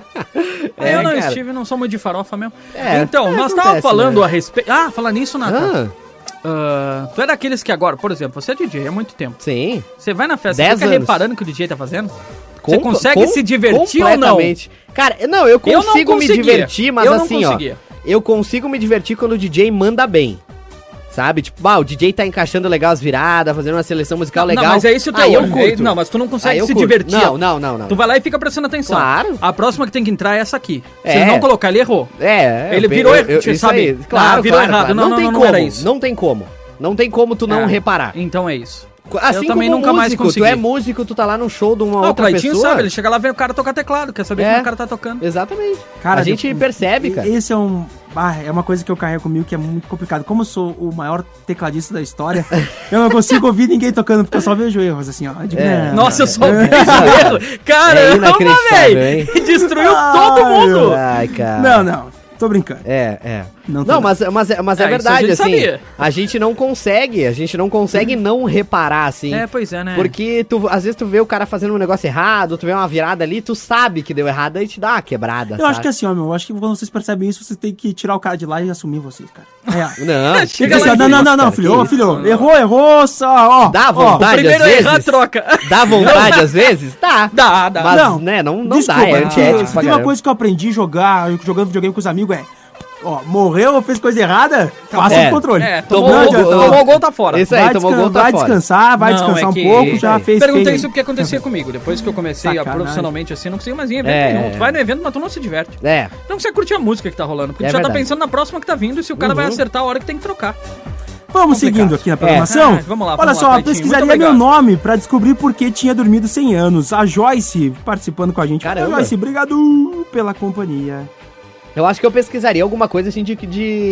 É, eu não cara. estive, não sou muito de farofa mesmo. É, então, é, nós acontece, tava falando né? a respeito... Ah, falar nisso, Natan. Ah, Ah, tu é daqueles que agora, por exemplo, você é D J há muito tempo. sim. Você vai na festa, Dez você fica anos. reparando o que o D J tá fazendo? Você Com- consegue com- se divertir ou não? completamente. Cara, não, eu Eu não consigo me conseguia. divertir, mas Eu não assim, ó. conseguia. Eu consigo me divertir quando o D J manda bem. Sabe? Tipo, ah, o D J tá encaixando legal as viradas, fazendo uma seleção musical legal. Não, mas é isso o teu Aí eu olho. curto. Não, mas tu não Aí consegue eu se curto. divertir. Não, não, não, não. Tu vai lá e fica prestando atenção. Claro. A próxima que tem que entrar é essa aqui. Se É. ele não colocar, ele errou. É, Ele eu- virou, eu, eu, você isso sabe? aí, claro, Ah, virou claro, errado. claro. Não, não, tem não, não como, era isso. Não tem como. Não tem como tu não É. reparar. Então é isso. Assim também como nunca mais músico, consegui. tu é músico, tu tá lá num show de uma Ah, o outra Cleitinho pessoa. sabe, ele chega lá e vê o cara tocar teclado, quer saber É. como o cara tá tocando. Exatamente. Cara, a gente tipo, percebe, cara. Esse é um. Ah, é uma coisa que eu carrego comigo que é muito complicado. Como eu sou o maior tecladista da história, eu não consigo ouvir ninguém tocando, porque eu só vejo erros, assim, ó. De- É. não, Nossa, eu só é. vejo erro. Caramba, inacreditável, velho. hein? Destruiu Ai, todo mundo. Ai, cara. Não, não. Tô brincando. É, é. Não, Não, tô mas, mas, é- mas é, É, isso a verdade, gente assim. sabia. A gente não consegue, a gente não consegue não reparar, assim. É, pois é, né? Porque tu, às vezes tu vê o cara fazendo um negócio errado, tu vê uma virada ali, tu sabe que deu errado, aí te dá uma quebrada, Eu acho que assim, ó, meu, eu acho que quando vocês percebem isso, vocês têm que tirar o cara de lá e assumir vocês, cara. É. Não, Chega Assim, lá ó, e não, não, isso, não, não, cara, filho, que ô, isso? filho, errou, errou, só, ó. Dá ó. vontade, Primeiro às é errar, vezes. troca. Dá vontade às vezes? Dá. Dá, dá. Mas, Não, né, não, não Desculpa, dá, é que antiético se pra tem uma caramba. coisa que eu aprendi jogar, jogando videogame com os amigos, é. Ó, morreu ou fez coisa errada, passa É. o controle. É, Tomou tomou, Não o gol, adianta, tomou ó. o gol, tá fora. Isso aí, Vai, tomou descan- gol, tá vai fora. descansar, vai Não, descansar é um que- pouco, isso já aí. fez Perguntei feio. isso porque acontecia comigo. Depois que eu comecei a Sacanagem. profissionalmente assim, não consigo mais ir em evento É. nenhum. Tu vai no evento, mas tu não se diverte. É. Não consegue curtir a música que tá rolando, porque É tu já verdade. tá pensando na próxima que tá vindo e se o cara vai Uhum. acertar a hora que tem que trocar. Vamos Complicado. seguindo aqui na programação. É. Ah, vamos lá, vamos Olha lá, só, Cleitinho. pesquisaria Muito meu obrigado. nome pra descobrir por que tinha dormido cem anos. A Joyce participando com a gente. Caramba. Ô, Joyce, obrigado pela companhia. Eu acho que eu pesquisaria alguma coisa assim de,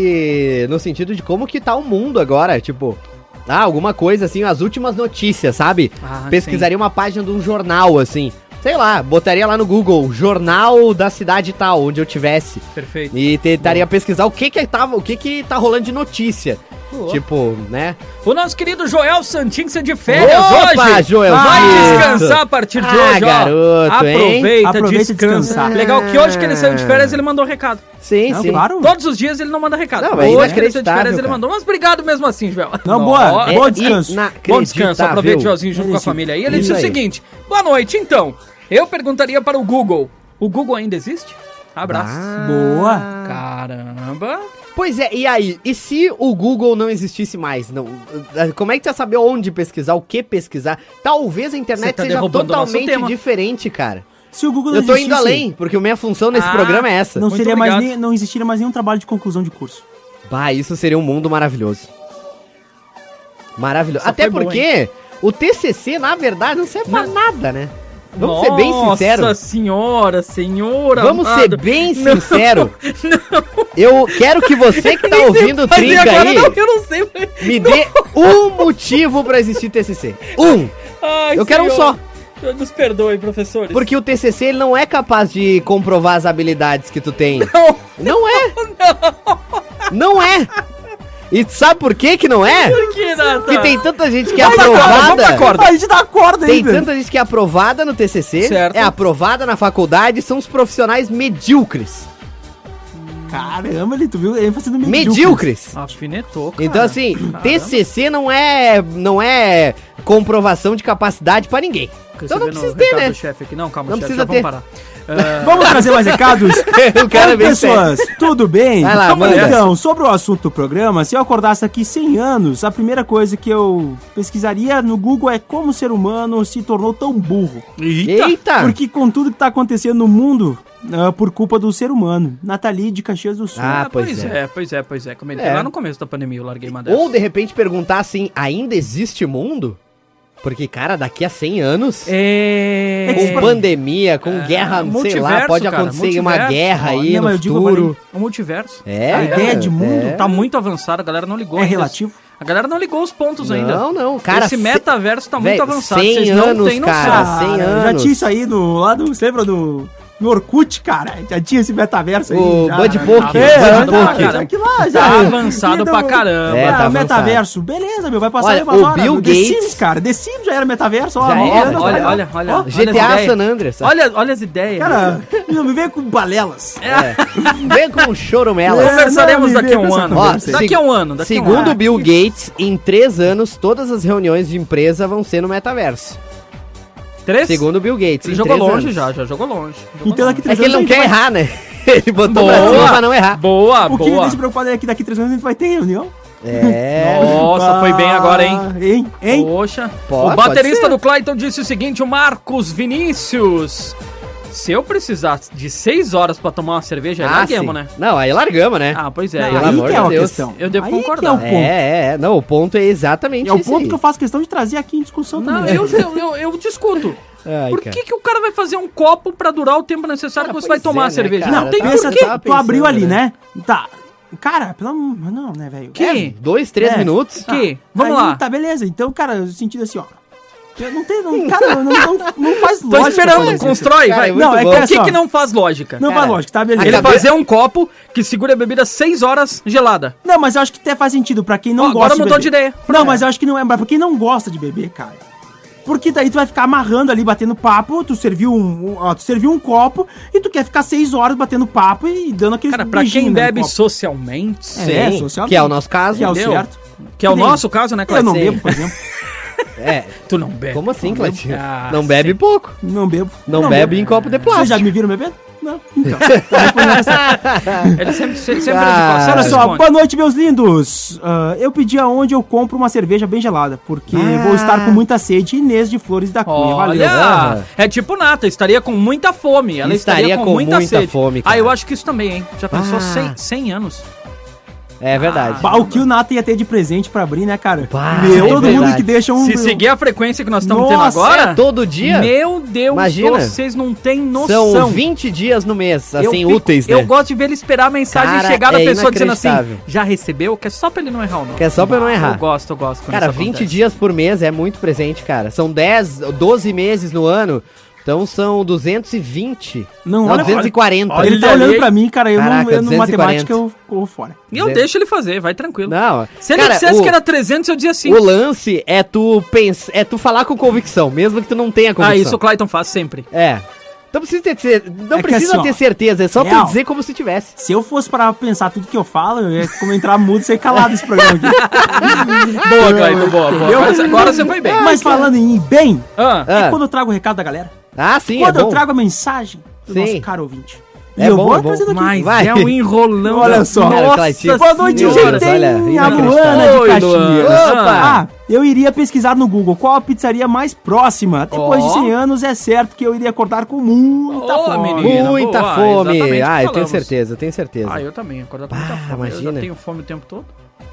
de. No sentido de como que tá o mundo agora, tipo. Ah, alguma coisa assim, as últimas notícias, sabe? Ah, Pesquisaria uma página de um jornal, assim. Sei lá, botaria lá no Google, jornal da cidade tal, onde eu tivesse. Perfeito. E tentaria pesquisar o que que tava, o que que tá rolando de notícia. Boa. Tipo, né? O nosso querido Joel Santinho é de férias Opa, hoje. Joelzito. Vai descansar a partir de Ah, hoje, ó. garoto, hein? Aproveita, Aproveita e descansa. descansar. Legal que hoje que ele saiu de férias, ele mandou recado. Sim, Não, sim. claro. Todos os dias ele não manda recado. Não, é hoje que ele saiu de inacreditável, férias, ele cara. mandou. Mas obrigado mesmo assim, Joel. Não, boa. Ó, Bom É descanso. Bom descanso, aproveita o Joelzinho junto com a Isso. família aí. Ele Isso disse o aí. seguinte: boa noite, então. Eu perguntaria para o Google: o Google ainda existe? Abraço. Ah. Boa. Caramba. Pois é, e aí? E se o Google não existisse mais? Não, como é que tu ia saber onde pesquisar, o que pesquisar? Talvez a internet Você tá seja derrubando o nosso totalmente tema. diferente, cara. Se o Google Eu tô indo existisse, além, porque a minha função nesse Ah, programa é essa. Não, Muito seria mais obrigado. nem, não existiria mais nenhum trabalho de conclusão de curso. Bah, isso seria um mundo maravilhoso. Maravilhoso. Essa Até foi boa, porque o T C C, na verdade, não serve pra Não. nada, né? Vamos ser bem sinceros. Nossa senhora, senhora. Vamos amado. ser bem sincero. Eu quero que você que tá Nem sei ouvindo o fazer Trinca agora, aí, não, eu não sei. me dê um motivo pra existir T C C. Um. Ai, Eu quero um senhor. só. Nos perdoe, professores. Porque o T C C ele não é capaz de comprovar as habilidades que tu tem. Não. Não é. Não é. E sabe por que que não é? Por que, Nata? Porque tem tanta gente que é Vamos dar corda, vamos dar aprovada. corda. A gente dá corda Tem ainda. tanta gente que é aprovada no T C C, Certo. é aprovada na faculdade, são os profissionais medíocres. Caramba, ali, tu viu? Ele fazendo medíocre. Medíocres. Alfinetou, cara. Então assim, Caramba. T C C não é não é comprovação de capacidade pra ninguém. Então não Recebendo precisa o ter, recado né? do chefe aqui. Não, calma, Não chefe, precisa já vamos ter. parar. Ah, Vamos trazer mais recados? O cara Oi, vem pessoas, tudo bem? Vai lá, Vamos manda. então, sobre o assunto do programa, se eu acordasse aqui cem anos, a primeira coisa que eu pesquisaria no Google é como o ser humano se tornou tão burro. Eita. Eita! Porque com tudo que tá acontecendo no mundo, ah, por culpa do ser humano. Nathalie de Caxias do Sul. Ah, Ah, pois, pois é. pois é, pois é. Comentei É. lá no começo da pandemia, eu larguei uma dessas. Ou de repente perguntar assim, ainda existe mundo? Porque, cara, daqui a cem anos, É... com pandemia, com guerra, sei lá, multiverso, pode cara, acontecer uma multiverso. guerra aí Não, no mas eu digo, futuro. O multiverso. É, A ideia de mundo é. Tá muito avançado, a galera não ligou É ainda. relativo? A galera não ligou os pontos ainda. Não, não, cara. Esse se- metaverso tá Véi, muito avançado. cem Vocês não anos, têm noção. cara. cem Já anos. tinha isso aí no, lá do, você lembra do no Orkut, cara? Já tinha esse metaverso aí. O já, Bud já- Poke, É, Bud já, Poke. já, que lá, já. Tá avançado pra caramba. É, É, tá tá avançado. metaverso. Beleza, meu, vai passar Olha, aí umas o horas. Bill The Gates- Sims, cara. The Sims já era metaverso. Ó, Já há era, anos, Olha, né? olha, olha. Ó, olha G T as A ideias. San Andreas. Olha, olha as ideias. Cara, não me vem com balelas. É. Vem com choromela. É, Conversaremos não, daqui a me um vem com ano. essa Ó, conversa aí. daqui a um ano. Daqui a um Segundo ano. o Bill Gates, em três anos, todas as reuniões de empresa vão ser no metaverso. Três? Segundo o Bill Gates, Ele em jogou três longe anos. já, já jogou longe. Jogou Então longe. daqui É três que ele anos não a gente quer vai- errar, né? Ele botou pra cima pra não errar. Boa, O que me boa. deixa preocupado é que daqui três anos a gente vai ter reunião. É. Nossa, foi bem agora, hein? Ah, Hein? Hein? Poxa. Pode, o baterista pode ser. do Clayton disse o seguinte, o Marcos Vinícius. Se eu precisasse de seis horas pra tomar uma cerveja, aí Ah, larguemos, sim. né? Não, aí largamos, né? Ah, pois é. Não, eu- pelo aí amor que de é a Deus. questão. Eu devo Aí concordar. que é o ponto. É, é, não, o ponto é exatamente É o esse ponto aí. que eu faço questão de trazer aqui em discussão Não, também. eu, eu, eu, eu discuto. Ai, Por cara. que, que o cara vai fazer um copo pra durar o tempo necessário Cara, que você vai pois tomar é, a né, cerveja? cara? Não tem Tá- Pensa por que quê. tava tu abriu pensando, ali, né? né? Tá. Cara, pelo amor... Não, né, velho? Que? É, dois, três É. minutos. Que? Vamos Aí, lá. Tá, beleza. Então, cara, no sentido assim, ó. eu Não tem... Não, cara, não, não, não faz Tô lógica. esperando, fazer isso. constrói, Cara, vai. é muito Não, é bom. que O que assim, que ó, não faz lógica? Não Cara, faz lógica, tá? Beleza. Ele Acabei- fazer um copo que segura a bebida seis horas gelada. Não, mas eu acho que até faz sentido pra quem não Ó, gosta agora de mudou beber. de ideia. Não, mas eu acho que não é. Mas pra quem não gosta de beber, cara. Porque daí tu vai ficar amarrando ali, batendo papo, tu serviu um, um- ó, tu serviu um copo e tu quer ficar seis horas batendo papo e dando aquele Cara, pra quem bebe socialmente, É, Sim, socialmente. que é o nosso caso. Que é o entendeu? certo. que é o Nem- nosso caso, né, Eu Cláudio? não Sim. bebo, por exemplo. É. Tu não bebe. Como assim, Cleitinho? Ah, não sim. bebe pouco. Não bebo. Não, bebe em copo de Vocês plástico. já me viram bebendo? Não. Então. Ele sempre, sempre, sempre Ah, responde, sempre Olha só, responde. boa noite, meus lindos. Ah, eu pedi aonde eu compro uma cerveja bem gelada, porque Ah. vou estar com muita sede. Inês de Flores da Cunha. Valeu. Olha, Aham. é tipo Nata, estaria com muita fome. Ela estaria, Estaria com, com muita, muita sede. fome, Ah, cara. eu acho que isso também, hein? Já pensou Ah. cem, cem anos? É verdade. Bah, o que o Nata ia ter de presente pra abrir, né, cara? Bah, Meu, é todo verdade. mundo que deixa um... Se seguir a frequência que nós estamos tendo Nossa, agora, É todo dia? meu Deus, Imagina. vocês não têm noção. São vinte dias no mês, Eu assim, fico- úteis, né? Eu gosto de ver ele esperar a mensagem Cara, chegar da é pessoa dizendo assim, inacreditável. já recebeu? Que é só pra ele não errar o nome. Que é só pra eu não errar. Eu gosto, eu gosto. quando Cara, isso vinte acontece. dias por mês é muito presente, cara. São dez, doze meses no ano. Então são duzentos e vinte. Não, Não, olha, duzentos e quarenta. olha Ele tá ali, olhando hein? pra mim, cara, eu, Caraca, não, eu no duzentos e quarenta. matemática eu corro fora. E eu deixo ele fazer, vai tranquilo. Não, Se ele cara, dissesse o, que era trezentos, eu dizia sim. o lance é tu pensar, é tu falar com convicção, mesmo que tu não tenha convicção. Ah, isso o Clayton faz sempre. É. Não precisa ter, cer- não É que precisa assim, ó, ter certeza, é só real. tu dizer como se tivesse. Se eu fosse para pensar tudo que eu falo, eu ia como entrar mudo e ser calado esse programa aqui. Boa, Clayton, boa, boa. Agora, você- agora você foi bem. Mas falando em ir bem, Ah, é Ah. quando eu trago o recado da galera. Ah, sim, Quando é eu bom. trago a mensagem do Sim. nosso caro ouvinte. E É eu bom, vou é bom. trazendo aqui. mas vai. é um enrolão. Olha da- só. Cara, Nossa Clayton, Boa noite, senhoras, gente. olha, Tem a inacreditável. Luana de Oi, Caxias. Luana. Opa. Ah, eu iria pesquisar no Google qual a pizzaria mais próxima. Depois Ó. de cem anos, é certo que eu iria acordar com muita Ô, fome. menino. Muita Boa, fome. exatamente o que Ah, eu tenho falamos. certeza, eu tenho certeza. Ah, eu também, acordar com Ah, muita fome. Eu imagina. já tenho fome o tempo todo.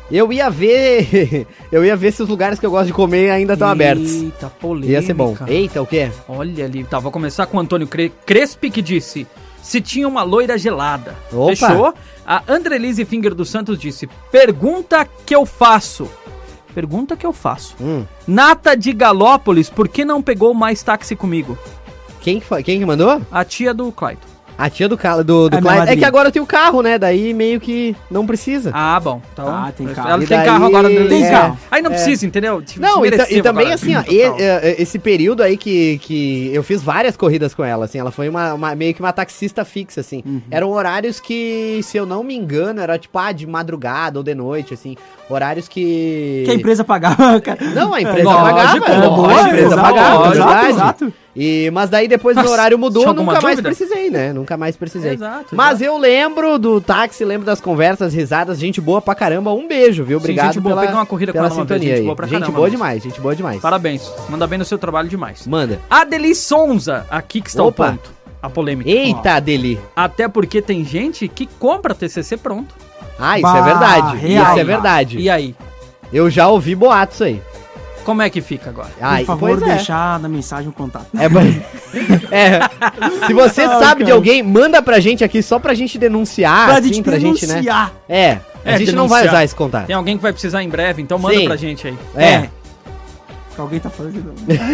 Eu ia ver. Eu ia ver se os lugares que eu gosto de comer ainda estão abertos. Eita, polêmica. Ia ser bom. Eita, o quê? Olha ali, tá, vou começar com o Antônio Cre- Crespi, que disse: se tinha uma loira gelada. Opa. Fechou? A Andrelise Finger dos Santos disse: pergunta que eu faço. Pergunta que eu faço. Hum. Nata de Galópolis, por que não pegou mais táxi comigo? Quem que, fa- quem que mandou? A tia do Clayton. A tia do, ca- do, do É minha Clyde. É madrinha. que agora eu tenho carro, né? Daí meio que não precisa. Ah, bom. Então, Ah, tem carro. Ela E tem daí- carro agora, Andrelise. Tem carro. Aí não precisa, entendeu? Tipo, Não, e, ta- desmereceu e também agora. assim, ó, e- e- esse período aí que, que eu fiz várias corridas com ela, assim, ela foi uma, uma- meio que uma taxista fixa, assim. Eram horários que, se eu não me engano, era tipo, ah, de madrugada ou de noite, assim. Horários que... Que a empresa pagava, cara. Não, a empresa Lógico, pagava, era a boa, empresa exato, pagava, é exato, verdade. exato. E, mas daí depois Nossa, o horário mudou, tinha nunca alguma mais dúvida? precisei, né? Nunca mais precisei. Exato, Mas exato. eu lembro do táxi, lembro das conversas, risadas, gente boa pra caramba. Um beijo, viu? Sim, Obrigado gente boa. pela, Peguei uma corrida com pela ela uma vez, sintonia gente aí. boa pra Gente caramba boa mesmo. demais, gente boa demais. Parabéns. Manda bem no seu trabalho demais. Manda. Adeli Sonza, aqui que está Opa. o ponto. A polêmica. Eita, Deli. Até porque tem gente que compra T C C pronto. Ah, isso Bah, é verdade. real, isso é bah. verdade. E aí? Eu já ouvi boatos aí. Como é que fica agora? Ai, Por favor, pois é. deixar na mensagem o contato. É, ba- é. Se você Ai, sabe de cara. alguém, manda pra gente aqui só pra gente denunciar, Pra assim, gente pra gente, né? denunciar. É, a É, gente não vai denunciar. usar esse contato. Tem alguém que vai precisar em breve, então manda Sim. pra gente aí. É. Que alguém tá fazendo.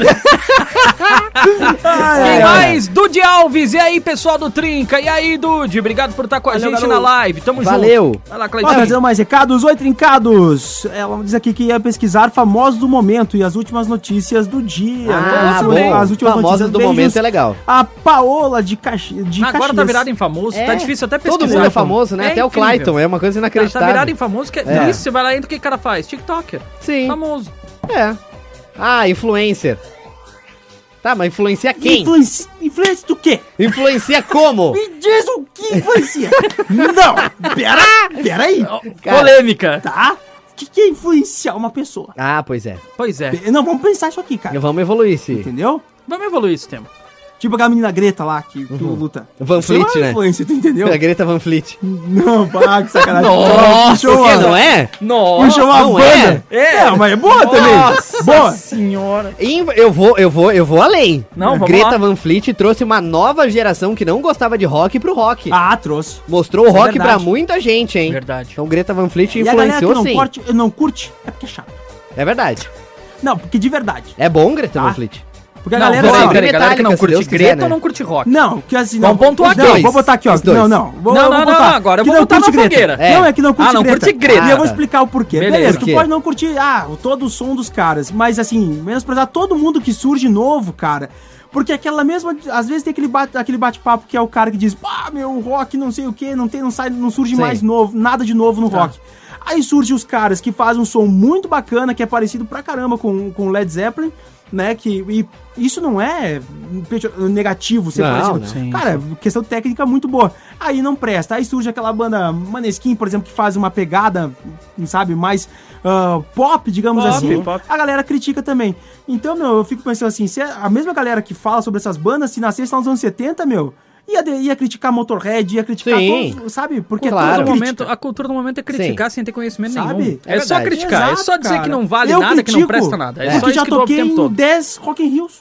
Quem mais? Dude Alves. E aí, pessoal do Trinca? E aí, Dude? Obrigado por estar com a Valeu, gente garoto. na live. Tamo Valeu. junto. Vai lá, Ó, Cleitinho. trazendo mais recados. Oi, trincados. Ela diz aqui que ia pesquisar famosos do momento e as últimas notícias do dia. Ah, As- bom. As últimas Famosas notícias do beijos. momento é legal. A Paola de, Caxi... de Agora Caxias. tá virado em famoso. É, Tá difícil até pesquisar. Todo mundo é famoso, né? É Até o incrível. Clayton, é uma coisa Tá, tá inacreditável. virado em famoso. Que É. Isso, você vai lá e o que o cara faz? TikToker. Sim, Famoso. é. Ah, influencer. Tá, mas influencia quem? Influência, influência do quê? Influencia como? Me diz o que influencia. Não, pera, pera aí. Cara. Polêmica. Tá? O que, que é influenciar uma pessoa? Ah, pois é. Pois é. Não, vamos pensar isso aqui, cara. Vamos evoluir esse. Entendeu? Vamos evoluir esse tema. Tipo aquela menina Greta lá, que, que luta. Van Isso é uma Fleet, né? influência, tu entendeu? A Greta Van Fleet. Não, pá, que sacanagem. Nossa, puxou Por quê, uma, não é? Nossa. puxou uma não banda. é? É, mas é boa Nossa também. Boa. senhora. Inv- Eu vou, eu vou, eu vou além. Não, A vamos Greta lá. Van Fleet trouxe uma nova geração que não gostava de rock pro rock. Ah, trouxe. Mostrou o Isso é rock pra verdade. muita gente, hein? Verdade. Então Greta Van Fleet E a galera que influenciou não, sim. curte, não curte é porque é chato. É verdade. Não, porque de verdade. É bom Greta Tá. Van Fleet. Porque a Não, galera... peraí, assim, ó, peraí, galera que não Metallica, se curte Deus quiser, Greta né? ou não curte rock? Não, que assim... Vamos não, pontuar Não, dois. vou botar aqui, ó. Os dois. Não, não. Vou, Não, eu não, vou não, botar. agora eu Que vou não botar curte na Greta. fogueira. É. Não, é que não curte Ah, não Greta. curte Greta. E eu vou Ah, tá. explicar o porquê. Beleza. Beleza, Por tu quê? pode não curtir, ah, todo o som dos caras, mas assim, menosprezar todo mundo que surge novo, cara. Porque aquela mesma, às vezes tem aquele bate, aquele bate-papo que é o cara que diz, pá, meu, rock não sei o que, não tem, não sai, não surge Sim. mais novo, nada de novo no Tá. rock. Aí surgem os caras que fazem um som muito bacana, que é parecido pra caramba com com Led Zeppelin, né, que e isso não é negativo ser Não, parecido. não. Sim, Cara, questão técnica muito boa. Aí não presta. Aí surge aquela banda Maneskin, por exemplo, que faz uma pegada, sabe, mais ah, pop, digamos Pop, assim. pop. A galera critica também. Então, meu, eu fico pensando assim, se a mesma galera que fala sobre essas bandas, se nascesse lá nos anos setenta, meu, ia, de- ia criticar Motorhead, ia criticar Sim. todos, sabe? Porque Claro. é Todo tudo momento, crítica. a cultura do momento é criticar sem ter conhecimento Sabe? nenhum. É É, só verdade. criticar, é Exato, só dizer cara. que não vale Eu nada, que não critico, presta nada. É porque só já isso que dou o toquei tempo em todo. dez Rock in Rios.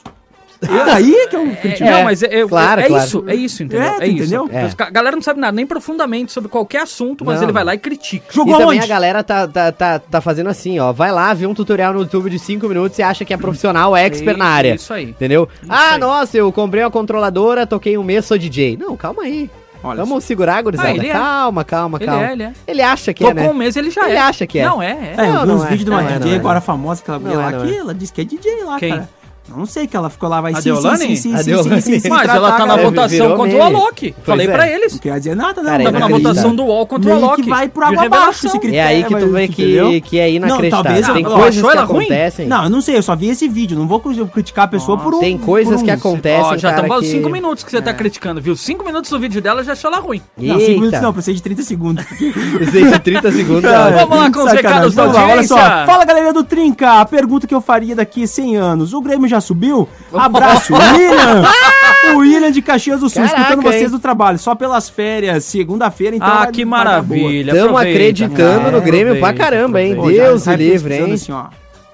É daí que eu critico. É, não, mas é, é- claro, é claro. isso, é isso, entendeu? É, É, isso. entendeu? É. A galera não sabe nada, nem profundamente sobre qualquer assunto, mas Não. ele vai lá e critica. Jogou E também aonde? a galera tá, tá, tá, tá fazendo assim, ó. Vai lá, vê um tutorial no YouTube de cinco minutos e acha que é profissional, é expert na área. Isso aí. Entendeu? ah, aí. nossa, eu comprei uma controladora, toquei um mês, sou D J. Não, calma aí. Olha Vamos segurar, gurizada. Ah, ele é. Calma, calma, Ele calma. é, ele é. Ele acha que Tocou é, um né? mês, ele já Ele é. acha que é. Não, é, é. É, eu Não, vi não uns é. vídeos de uma Não é, D J não é. agora famosa, aquela mulher Não é, lá, não que é. ela disse que é D J lá, Quem? cara. Não sei que ela ficou lá, vai A sim, sim, Deolane? sim, sim, A sim, Deolane. sim, sim, sim, Mas tratar ela tá a na galera. votação virou contra o meme. Alok. Pois Falei é. pra eles. Não quer dizer nada, não. Cara, é mas Tava na inacreditável. votação do U O L contra o meio que Alok. vai por de água revelação. abaixo esse É critério. aí que tu vê entendeu? que, que é inacreditável. talvez- Tem Ah, coisas achou que ela ruim? acontecem. Não, eu não sei, eu só vi esse vídeo, não vou cri- criticar a pessoa por um... Tem coisas por que um- acontecem, Ó, já cara, estamos que... cinco minutos que você tá criticando, viu? Cinco minutos do vídeo dela já achou ela ruim. Não, cinco minutos Eita. não, precisa de trinta segundos. Esse de trinta segundos. É, ó. Vamos lá com os sacanagem. recados da Vamos lá, olha só. audiência. Fala, galera do Trinca. A pergunta que eu faria daqui a cem anos. O Grêmio já subiu? Abraço, William! O William de Caxias do Sul, Caraca, escutando vocês hein? no trabalho, só pelas férias, segunda-feira, então... Ah, vai- que vai dar boa. maravilha. Estamos Aproveita, acreditando cara, no Grêmio pra aproveita, caramba, hein? Pô, já- Deus já o livre, pesquisando hein? assim, ó.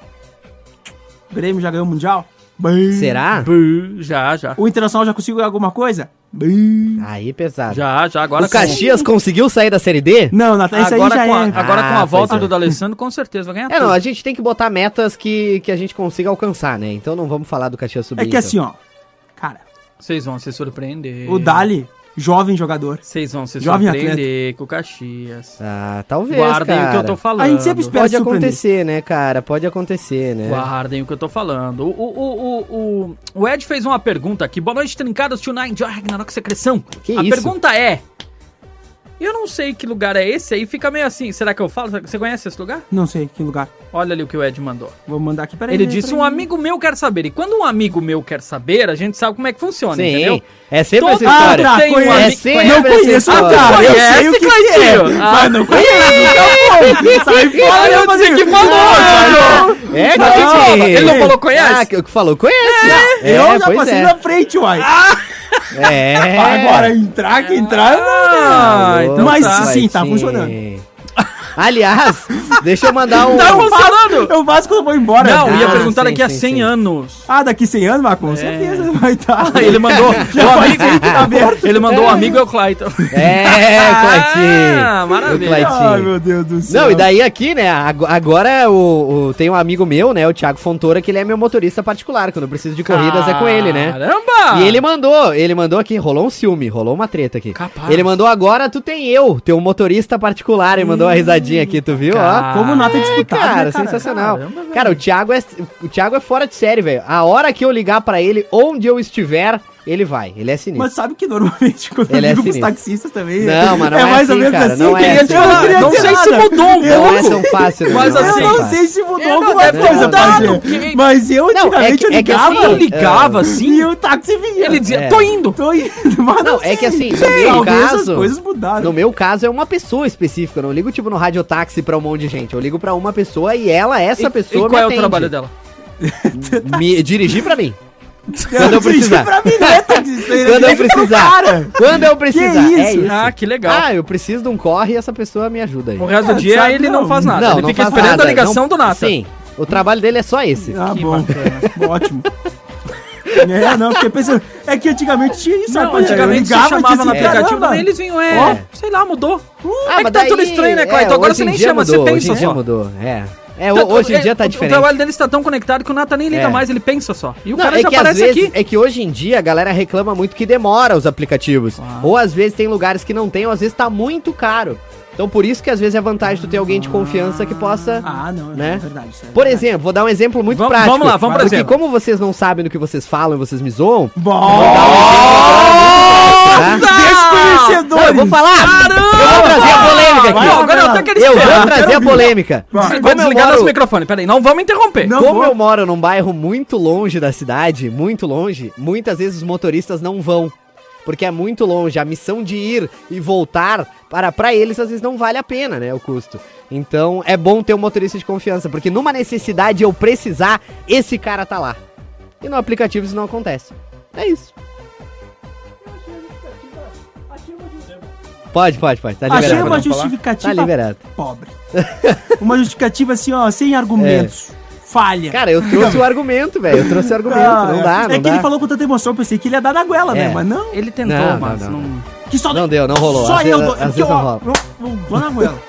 O Grêmio já ganhou o Mundial? Bem. Será? Bu, Já, já. O Internacional já conseguiu alguma coisa? Bem. Aí, pesado. Já, já. Agora O Caxias conseguiu sair da Série D? Não, Natan, isso aí agora já com a, é... agora com a Ah, volta pois é. do D'Alessandro, com certeza vai ganhar É, não, tudo. a gente tem que botar metas que, que a gente consiga alcançar, né? Então não vamos falar do Caxias subir. É que assim, ó, cara, Vocês vão se surpreender. o Dali, jovem jogador. Vocês vão se Jovem surpreender com o Caxias. Ah, talvez, Guardem cara. o que eu tô falando. A gente sempre espera Pode se surpreender. acontecer, né, cara? Pode acontecer, né? Guardem o que eu tô falando. O, o, o, o, o Ed fez uma pergunta aqui. Boa noite, trincados, tio Nine, Joy Ragnarok Secreção. Que A isso? pergunta é... Eu não sei que lugar é esse aí, fica meio assim. Será que eu falo? Você conhece esse lugar? Não sei que lugar. Olha ali o que o Ed mandou. Vou mandar aqui, peraí. Ele peraí, disse, peraí. um amigo meu quer saber. E quando um amigo meu quer saber, a gente sabe como é que funciona, Sim, entendeu? é sempre Todo essa história. Ah, tá, tem um conheço. amigo... Sim, conhece- Não Sempre essa conheço, história. cara. Eu Conhece, sei o que, que é. Cleitinho? Ah. Mas não conheço. Então, sai fora, Olha, meu eu disse amigo. que falou, Jojo. É, Não, Cleitinho. ele não falou conhece? Ah, que que falou conhece. É, Eu já pois passei é. na frente, uai. É. Agora, entrar, que entrar... Ah, então Mas tá. sim, tá Sim. funcionando. Aliás, deixa eu mandar um... Tá funcionando! Eu faço quando eu vou embora. Não, ia Ah, perguntar sim, daqui a sim, cem sim. anos. Ah, daqui cem anos, mas com certeza vai estar. Ah, ele mandou. Já o faz amigo, tempo que tá aberto. ele mandou o amigo é o Clayton. É, Claitinho. Ah, maravilha. O Claitinho. Ai, meu Deus do céu. Não, e daí aqui, né, ag- agora o, o- tem um amigo meu, né, o Thiago Fontoura, que ele é meu motorista particular, quando eu preciso de corridas é com ele, né? Caramba! E ele mandou, ele mandou aqui, rolou um ciúme, rolou uma treta aqui. Capaz. Ele mandou agora, tu tem eu, teu motorista particular, ele mandou uma risadinha aqui, tu viu? Ó. Como nota É, disputada, cara, né, cara? sensacional. Caramba, velho. Cara, o Thiago é o Thiago é fora de série, velho. A hora que eu ligar pra ele, onde eu estiver, ele vai. Ele é sinistro. Mas sabe que normalmente quando Ele eu é ligo pros sinistro. taxistas também... Não, mas não é mais ou assim, menos cara, assim. não é quem assim. te falar, Eu não dizer sei se nada. mudou um Eu Não é pouco. tão fácil, né? Mas Não é assim, Eu tão não fácil. sei se mudou Eu não alguma deve ter coisa, mudado, parceiro. porque- Mas eu Não, é antigamente que- eu é que ligava assim, Eu ligava assim. e o táxi vinha. Ele dizia, É. tô indo. Tô indo, mas Não, sei. é que assim, no Sei, meu talvez as caso- coisas mudaram. No meu caso, é uma pessoa específica. Eu não ligo, tipo, no radiotáxi pra um monte de gente. Eu ligo pra uma pessoa e ela, essa E- pessoa, e qual é o atende. trabalho dela? Me dirigir pra mim. Quando eu Dirigi precisar. pra mim, né, taxista? Quando eu Dirige pro precisar. cara. Quando eu precisar. Que É isso? isso. Ah, que legal. Ah, eu preciso de um corre e essa pessoa me ajuda aí. O resto do É, dia sabe, ele não, não. faz nada. Não, ele não fica faz esperando nada. a ligação Não- do Nata. Sim, o trabalho dele é só esse. Ah, Que bom. bacana. Ótimo. É, não, fiquei pensando. É que antigamente tinha isso, Não, rapaz, eu antigamente você ligava e chamava dizia, no aplicativo caramba. também, eles vinham, é, Ó. sei lá, mudou. Ah, é que mas tá daí- tudo estranho, né, é, Clayton? Agora hoje você em nem dia chama, mudou, você Hoje pensa em dia só. mudou, é. É, Tanto- hoje em é, dia tá o- diferente. O trabalho dele está tão conectado que o Nata nem liga É. mais, ele pensa só. E o Não, cara é já que às aparece vezes, aqui. é que hoje em dia a galera reclama muito que demora os aplicativos. Ou às vezes tem lugares que não tem, ou às vezes tá muito caro. Então por isso que às vezes é vantagem tu ter alguém de confiança que possa... Ah, não, Né? é verdade. Isso é Por verdade. exemplo, vou dar um exemplo muito Vamos- prático. vamos lá, vamos pro Porque exemplo. como vocês não sabem do que vocês falam e vocês me zoam... Bom, tá? desconhecedores. Não, eu vou falar! Eu vou trazer a polêmica Vai aqui. lá, Agora eu vai até lá. quero Eu vou esperar. trazer a polêmica. Vai. Vai Como eu desligar moro- nosso microfone. Peraí, não vamos interromper. Não. Como vou. eu moro num bairro muito longe da cidade, muito longe, muitas vezes os motoristas não vão. Porque é muito longe. A missão de ir e voltar, para, para eles, às vezes não vale a pena, né? O custo. Então, é bom ter um motorista de confiança. Porque numa necessidade eu precisar, esse cara tá lá. E no aplicativo isso não acontece. É isso. Pode, pode, pode. Tá Achei liberado. uma não falar? justificativa Tá liberado. pobre. Uma justificativa assim, ó, sem argumentos. Falha. Cara, eu trouxe o argumento, velho. Eu trouxe o argumento. Ah, não dá, é não que dá. ele falou com tanta emoção, eu pensei que ele ia dar na goela, É. né? Mas não. Ele tentou, Não, não, mas não, não... não. Que só Não deu, não rolou. Só Às eu vezes- dou. às porque, vezes não ó, rola. vou- vou na goela.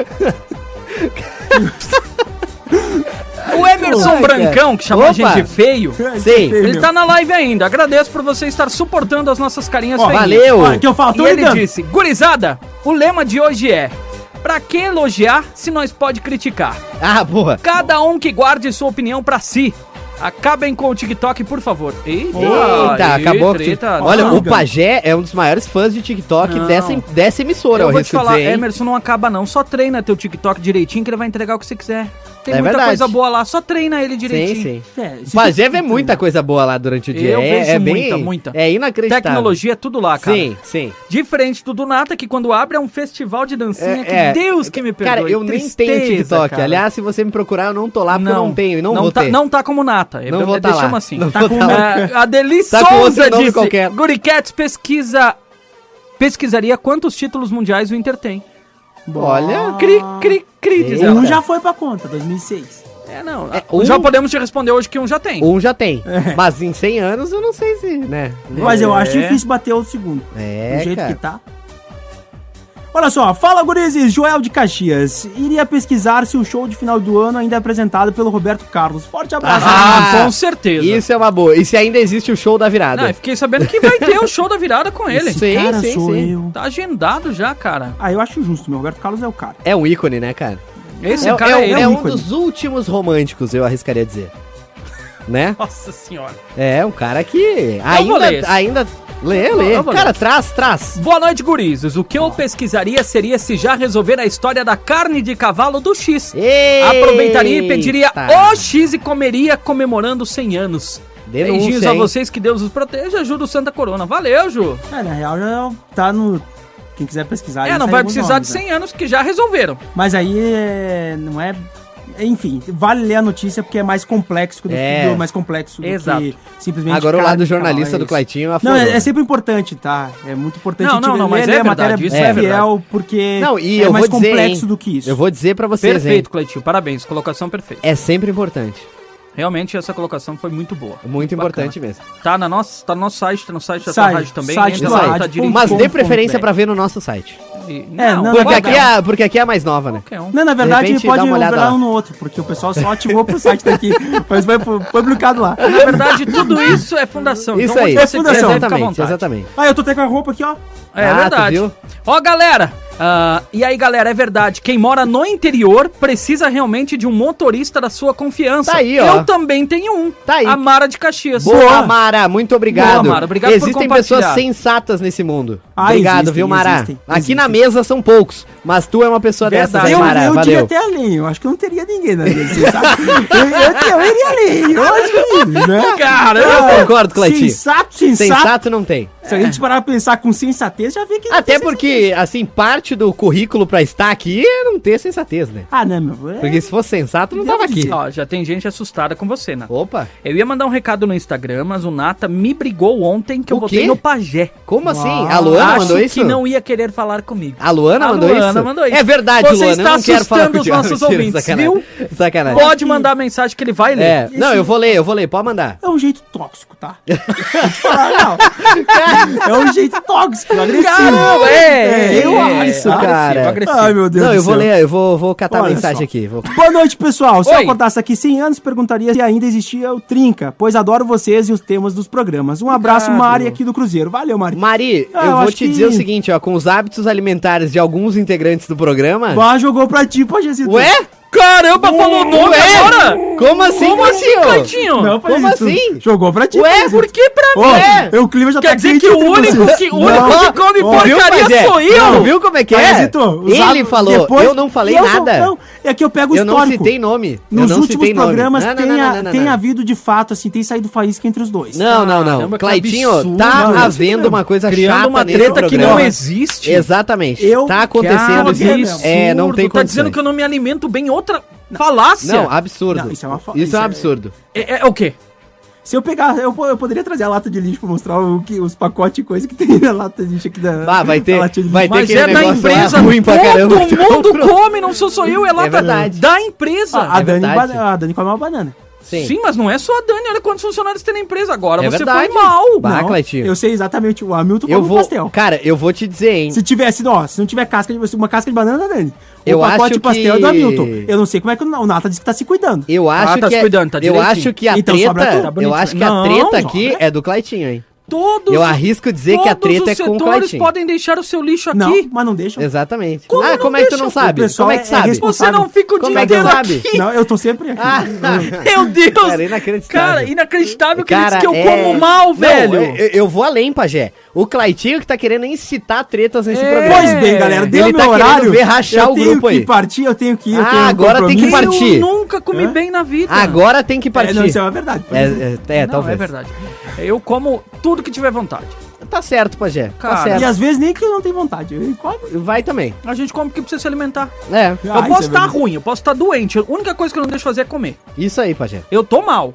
O Emerson Ai, cara. Brancão, que chamou a Opa. gente de feio, Sim. ele tá na live ainda. Agradeço por você estar suportando as nossas carinhas Ó, feinhas. Valeu! Olha, que eu falo, E tô ele ligando. disse, gurizada, o lema de hoje é: pra que elogiar se nós pode criticar? Ah, boa. Cada um que guarde sua opinião pra si. Acabem com o TikTok, por favor. Eita, Eita, acabou. com treta. Olha, Não, o Pajé é um dos maiores fãs de TikTok Não. dessa, dessa emissora, Eu eu vou te arrisco falar, dizer, hein? Emerson, não acaba não. Só treina teu TikTok direitinho que ele vai entregar o que você quiser. Tem É muita verdade. coisa boa lá, só treina ele Sim, direitinho. sim. É, O se Pajé tu- vê muita coisa boa lá durante o dia. Eu é, vejo é bem, muita, muita. É inacreditável. Tecnologia é tudo lá, cara. Sim, sim. Diferente do Dunata, que quando abre é um festival de dancinha, É, que é. Deus que me perdoe. Cara, eu nem Tristeza, tenho TikTok. cara. Aliás, se você me procurar, eu não tô lá porque eu não tenho e não, não vou tá, ter. Não tá como Nata. nata. Não Eu- vou tá deixamos lá. assim. Não Tá vou com tá uma- lá. É, a Deli Tá com outro Souza nome disse, qualquer. Guriquets pesquisa... Pesquisaria quantos títulos mundiais o Inter tem. Olha. Cri, cri, cri, diz Eita. ela. Um já foi pra conta, dois mil e seis. É, não. É, um... um- Já podemos te responder hoje que um já tem. Um já tem. É. Mas em cem anos eu não sei se, né? Mas eu acho É. difícil bater o segundo. É, Do jeito cara. que tá. Olha só, fala gurizes, Joel de Caxias. Iria pesquisar se o show de final do ano ainda é apresentado pelo Roberto Carlos. Forte abraço. Ah, Ah, com certeza. Isso é uma boa. E se ainda existe o show da virada? Não, eu fiquei sabendo que vai ter o show da virada com ele. Esse Sim, cara sim, sou sim. eu. Tá agendado já, cara. Ah, eu acho justo, meu. Roberto Carlos é o cara. É um ícone, né, cara? Esse é, cara é, é, é ele. um ícone. dos últimos românticos, eu arriscaria dizer. Né? Nossa senhora. É, um cara que vou ler ainda... esse. ainda lê, Eu vou- lê. eu vou Cara, ler. traz, traz. Boa noite, gurizes. O que eu pesquisaria seria se já resolver a história da carne de cavalo do X. Eita. Aproveitaria e pediria o X e comeria comemorando cem anos. Denúncia, Beijinhos a hein? vocês, que Deus os proteja. Ajuda o Santa Corona. Valeu, Ju. É, na real já tá no... Quem quiser pesquisar... É, aí não sai vai alguns precisar nomes, de né? cem anos, que já resolveram. Mas aí é... não é... Enfim, vale ler a notícia porque é mais complexo do É. que mais complexo do Exato. que simplesmente Agora o carne lado de cavalo, jornalista é do isso. Cleitinho Não, aflorou. é, é sempre importante, tá? É muito importante Não, a gente não, não, ler, mas ler é a matéria verdade, isso é fiel, porque Não, e é eu mais vou dizer, complexo hein, do que isso. Eu vou dizer pra vocês, Perfeito, hein? Cleitinho. Parabéns. Colocação perfeita. É sempre importante. Realmente, essa colocação foi muito boa. Muito Bacana. importante mesmo. Tá, na nossa, tá no nosso site, tá no site da Site, tua rádio também. site entra do lá, site. tá direitinho. Mas dê ponto preferência com pra ver no nosso site. E- É, não, Porque vai aqui, dar. é, porque aqui é a mais nova, né? qualquer um. Não, na verdade repente, pode dá uma olhada olhar lá. um no outro, porque o pessoal só ativou pro site daqui, mas foi, foi publicado lá. Na verdade, tudo isso é fundação. Isso Então, aí. onde É você fundação. quiser, fica à Exatamente, vontade. exatamente. Ah, eu tô até com a roupa aqui, ó. É Ah, tu verdade. viu? Ó, galera, ah, e aí, galera, é verdade. Quem mora no interior precisa realmente de um motorista da sua confiança. Tá aí, ó. Eu também tenho um. Tá aí. A Mara de Caxias. Boa, Mara, muito obrigado. Boa, Mara, obrigado por Existem compartilhar. pessoas sensatas nesse mundo. Ah, obrigado, existem, viu, Mara? existem, Aqui existem. na mesa são poucos, mas tu é uma pessoa dessas, Verdade. hein, Eu, Mara? eu Valeu. diria até além, eu acho que eu não teria ninguém na mesa, sabe? eu, eu, eu iria além, eu acho que, né? Cara, Eu concordo, Cleitinho. Sensato, sensato. Sensato não tem. Se a gente parar pra pensar com sensatez, já vê que... não Até tem porque, assim, parte do currículo pra estar aqui é não ter sensatez, né? Ah, não, meu. É... Porque se fosse sensato, não Devo tava aqui. dizer. ó, já tem gente assustada com você, Nata. Opa, Eu ia mandar um recado no Instagram, mas o Nata me brigou ontem que eu O votei quê? no Pajé. como assim? Uau. A Luana Acho mandou isso? que não ia querer falar comigo. A Luana A mandou Luana isso? mandou isso. É verdade, Você Luana, está eu não quero falar assustando os contigo. nossos Mentira, ouvintes, sacanagem. viu? Sacanagem. Pode mandar a mensagem que ele vai ler. É, não, eu vou ler, eu vou ler, pode mandar. É um jeito tóxico, tá? Vou te falar, não. É um jeito tóxico, agressivo. Caramba, é, eu é, acho, isso, agressivo, cara. agressivo. Ai, meu Deus Não, do eu vou céu. ler, eu vou, vou catar a Olha mensagem só. aqui. Vou... Boa noite, pessoal. Se Oi. eu acordasse aqui cem anos, perguntaria se ainda existia o Trinca, pois adoro vocês e os temas dos programas. Um abraço, Obrigado. Mari, aqui do Cruzeiro. Valeu, Mari. Mari, Ah, eu eu vou acho te que- dizer o seguinte, ó, com os hábitos alimentares de alguns integrantes do programa... Bah, jogou pra ti, pô, Gesito. Ué? Caramba, falou o nome Ué? agora? Como assim, Como assim, Cleitinho? Cleitinho? Não, Como Pajezito. assim? Jogou pra ti, Ué, Pajezito. Por que pra Ô, mim? É. o clima já Quer tá dizer quente que o entre único vocês. que, o Não. único que come Ó, Viu, porcaria Pajé? sou eu. Não, viu como é que é? Pajezito, os Ele hábitos- falou, depois- eu não falei eu sou- nada. não, é que eu pego o Eu não histórico. citei nome. Eu Nos não últimos citei nome. programas Não, não, tem, não, a- não, não, tem não. havido de fato, assim, tem saído faísca entre os dois. Não, não, não. Caramba, que Claitinho, absurdo. tá Não, isso havendo mesmo. uma coisa Criando chata uma nesse treta que programa. não existe. Exatamente. Eu- tá acontecendo Cara, que que absurdo. é, não tem Tá dizendo condições. que eu não me alimento bem, outra falácia. Não, absurdo. Não, isso é uma fa- Isso isso é um é- absurdo. É, é o quê? Se eu pegar, eu, eu poderia trazer a lata de lixo pra mostrar o que, os pacotes e coisa que tem na lata de lixo aqui da. Ah, vai ter- da latinha de vai lixo. ter Mas aquele é da negócio lá empresa, ruim pra caramba todo que tu mundo comprou. come, não sou só eu, é lá É da, verdade. da empresa. A, a É Dani, verdade. ba- a Dani come uma banana. Sim. Sim, mas não é só a Dani, olha quantos funcionários tem na empresa agora, É você verdade. foi mal. Bah, Não, Cleitinho. eu sei exatamente, o Hamilton Eu come vou, pastel. cara, eu vou te dizer, hein. Se tivesse, ó, se não tiver casca de, uma casca de banana, Dani. O Eu pacote acho de pastel que- é do Hamilton. Eu não sei como é que o o Nata disse que tá se cuidando. Eu acho Ah, tá que se é- cuidando, tá eu direitinho. acho que a Então sobra treta, tudo. Tá eu bonitinho. acho que a Não, treta aqui sobra. é do Cleitinho, hein. Todos, Eu arrisco dizer que a todos treta os é com o setores Cleitinho. podem deixar o seu lixo aqui. Não, mas não deixa. Exatamente. Como ah, não como é que tu deixa? não sabe? O pessoal Como é que é- é sabe? responsável. Você não fica o Como dia é que inteiro sabe? aqui. Não, eu tô sempre aqui. Ah, Meu Deus. Cara, inacreditável. Cara, inacreditável que Cara, ele disse que eu é- como mal, Não, velho. eu, eu vou além, Pajé. O Cleitinho que tá querendo incitar tretas nesse É. programa. Pois bem, galera, deu Ele meu tá querendo horário. ver rachar eu o tenho grupo que aí. partir, eu tenho que ir. eu Ah, tenho um agora tem que compromisso. partir. Eu nunca comi Hã? bem na vida. Agora tem que É, partir. não, isso é uma verdade. É, é, é, Não, talvez. é verdade. Eu como tudo que tiver vontade. Tá certo, Pajé. Cara, Tá E certo. às vezes nem que eu não tenho vontade. Eu como. Vai também. A gente come porque precisa se alimentar. É, Ah, eu isso posso é estar verdade. ruim, eu posso estar doente. A única coisa que eu não deixo fazer é comer. isso aí, Pajé. Eu tô mal.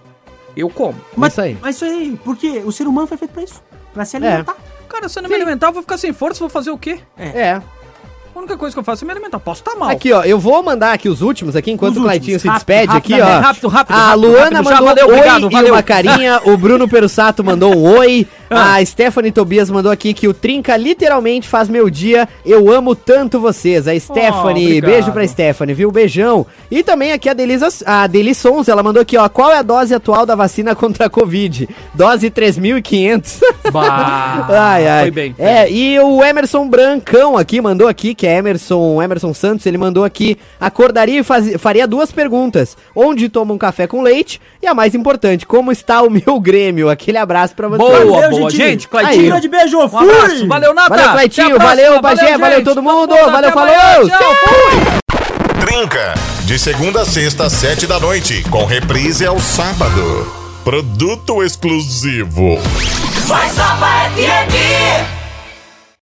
Eu como. Mas Isso aí. Mas isso aí, porque o ser humano foi feito pra isso. Pra se alimentar. Cara, se eu não me alimentar, eu vou ficar sem força, vou fazer o quê? É. A única coisa que eu faço é me alimentar. Posso estar mal. Aqui, ó, eu vou mandar aqui os últimos aqui, enquanto Os o Claitinho últimos, se rápido, despede rápido, aqui, ó. rápido, rápido, A rápido, Luana rápido, já, mandou valeu, oi obrigado, e valeu. uma carinha, o Bruno Perussato mandou um oi, a Stephanie Tobias mandou aqui que o Trinca literalmente faz meu dia, eu amo tanto vocês. A Stephanie, obrigado. beijo pra Stephanie, viu? Beijão. E também aqui a Delisa, a Deli Sons, ela mandou aqui, ó, qual é a dose atual da vacina contra a Covid? Dose três mil e quinhentos. Bah, Ai, ai. foi bem. Foi É, bem. e o Emerson Brancão aqui mandou aqui, que é Emerson, Emerson Santos, ele mandou aqui, acordaria e faz, faria duas perguntas, onde toma um café com leite, e a mais importante, como está o meu Grêmio? Aquele abraço pra você. Boa, Valeu, boa. gente. Gente, Um Claitinho. grande beijo, Um fui! abraço. Valeu, Nata. Valeu, Claitinho, Até a próxima. valeu, Bagé, valeu gente. todo mundo, Até valeu, falou, amanhã. tchau, fui! Trinca, de segunda a sexta, sete da noite, com reprise ao sábado. Produto exclusivo. Mais Nova F M.